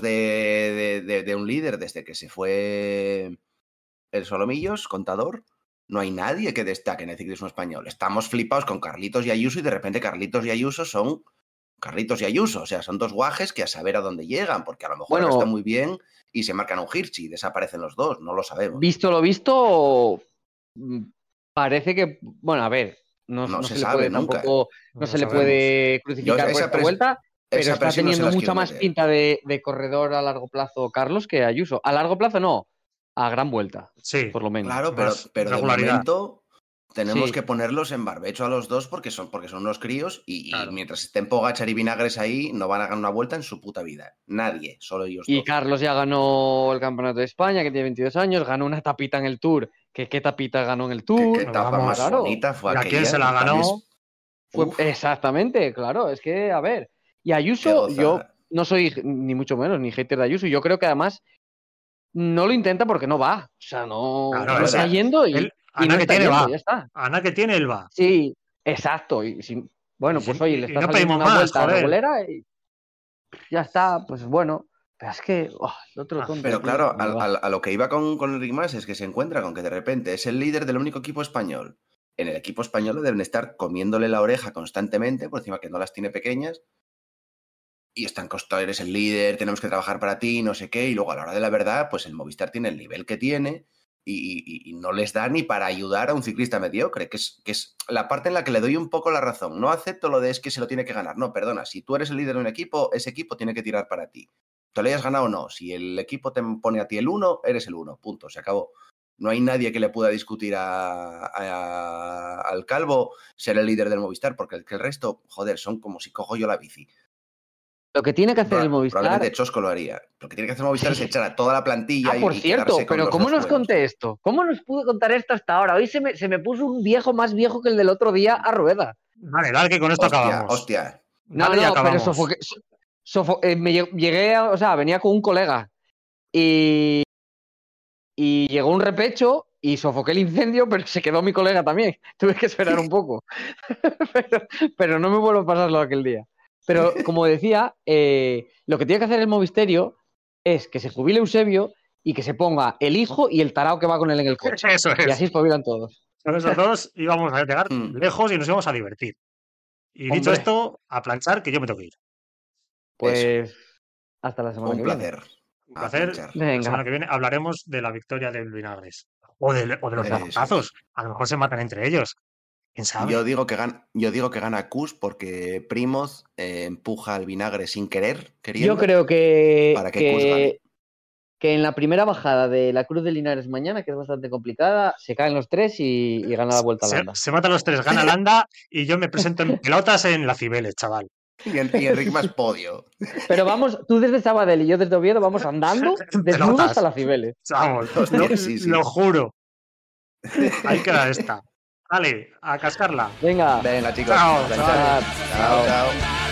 de un líder desde que se fue el Solomillos, Contador. No hay nadie que destaque en el ciclismo español. Estamos flipados con Carlitos y Ayuso y de repente Carlitos y Ayuso son Carlitos y Ayuso. O sea, son dos guajes que a saber a dónde llegan, porque a lo mejor ahora están muy bien y se marcan un Hirschi y desaparecen los dos. No lo sabemos. Visto lo visto, parece que, bueno, a ver, no se le sabe puede nunca. tampoco, no se le puede crucificar por esta vuelta, pero está teniendo mucha más pinta de corredor a largo plazo Carlos que Ayuso. A largo plazo no, a gran vuelta, Sí, por lo menos. Claro, pero de momento tenemos que ponerlos en barbecho a los dos porque son unos críos y mientras estén Pogačar y Vinagres ahí no van a ganar una vuelta en su puta vida. Nadie, solo ellos Y dos. Carlos ya ganó el Campeonato de España, que tiene 22 años, ganó una tapita en el Tour. ¿Qué tapita ganó en el Tour? ¿Qué etapa más bonita fue ¿Y a aquella? quién se la ganó? Exactamente, claro, es que, a ver. Y Ayuso, yo no soy ni mucho menos ni hater de Ayuso, yo creo que además no lo intenta porque no va. O sea, no está yendo y no está yendo, ya está. Ana que tiene, él va. Sí, exacto. Bueno, pues oye, le está saliendo una vuelta regulera y ya está, pues bueno. Pero es que el otro tonto. Pero claro, a lo que iba con Enric Mas es que se encuentra con que de repente es el líder del único equipo español. En el equipo español deben estar comiéndole la oreja constantemente, por encima que no las tiene pequeñas. Y están costando, eres el líder, tenemos que trabajar para ti, no sé qué. Y luego a la hora de la verdad, pues el Movistar tiene el nivel que tiene y no les da ni para ayudar a un ciclista mediocre, que es la parte en la que le doy un poco la razón. No acepto lo de es que se lo tiene que ganar. No, perdona, si tú eres el líder de un equipo, ese equipo tiene que tirar para ti. Tú le hayas ganado o no. Si el equipo te pone a ti el 1, eres el 1. Punto, se acabó. No hay nadie que le pueda discutir al Calvo ser el líder del Movistar, porque el resto, joder, son como si cojo yo la bici. Lo que tiene que hacer el Movistar... Probablemente Chosco lo haría. Lo que tiene que hacer el Movistar es echar a toda la plantilla por cierto, pero ¿cómo nos conté esto? ¿Cómo nos pude contar esto hasta ahora? Hoy se me puso un viejo más viejo que el del otro día a rueda. Vale, que con esto acabamos. Hostia. No, pero venía con un colega y llegó un repecho y sofoqué el incendio, pero se quedó mi colega también. Tuve que esperar un poco. pero no me vuelvo a pasarlo aquel día. Pero, como decía, lo que tiene que hacer el Movisterio es que se jubile Eusebio y que se ponga el hijo y el tarao que va con él en el coche. Eso es. Y así espabilan todos. Con esos dos íbamos a llegar lejos y nos íbamos a divertir. Y dicho esto, a planchar, que yo me tengo que ir. Pues hasta la semana que viene. Un placer. La semana que viene hablaremos de la victoria del Vinagres. O de los zapatazos. A lo mejor se matan entre ellos. ¿Quién sabe? Yo digo que gana Kuss porque Primoz empuja al Vinagre sin queriendo. Yo creo que Kuss gane. Que en la primera bajada de la Cruz de Linares mañana, que es bastante complicada, se caen los tres y gana la Vuelta a Landa. Se matan los tres, gana Landa y yo me presento en pelotas en la Cibeles, chaval. Y Enric Mas podio. Pero vamos, tú desde Sabadell y yo desde Oviedo vamos andando desnudos hasta la Cibeles. Vamos, lo juro. Ahí queda esta. Vale, a cascarla. Venga, chicos. Chao. Chao.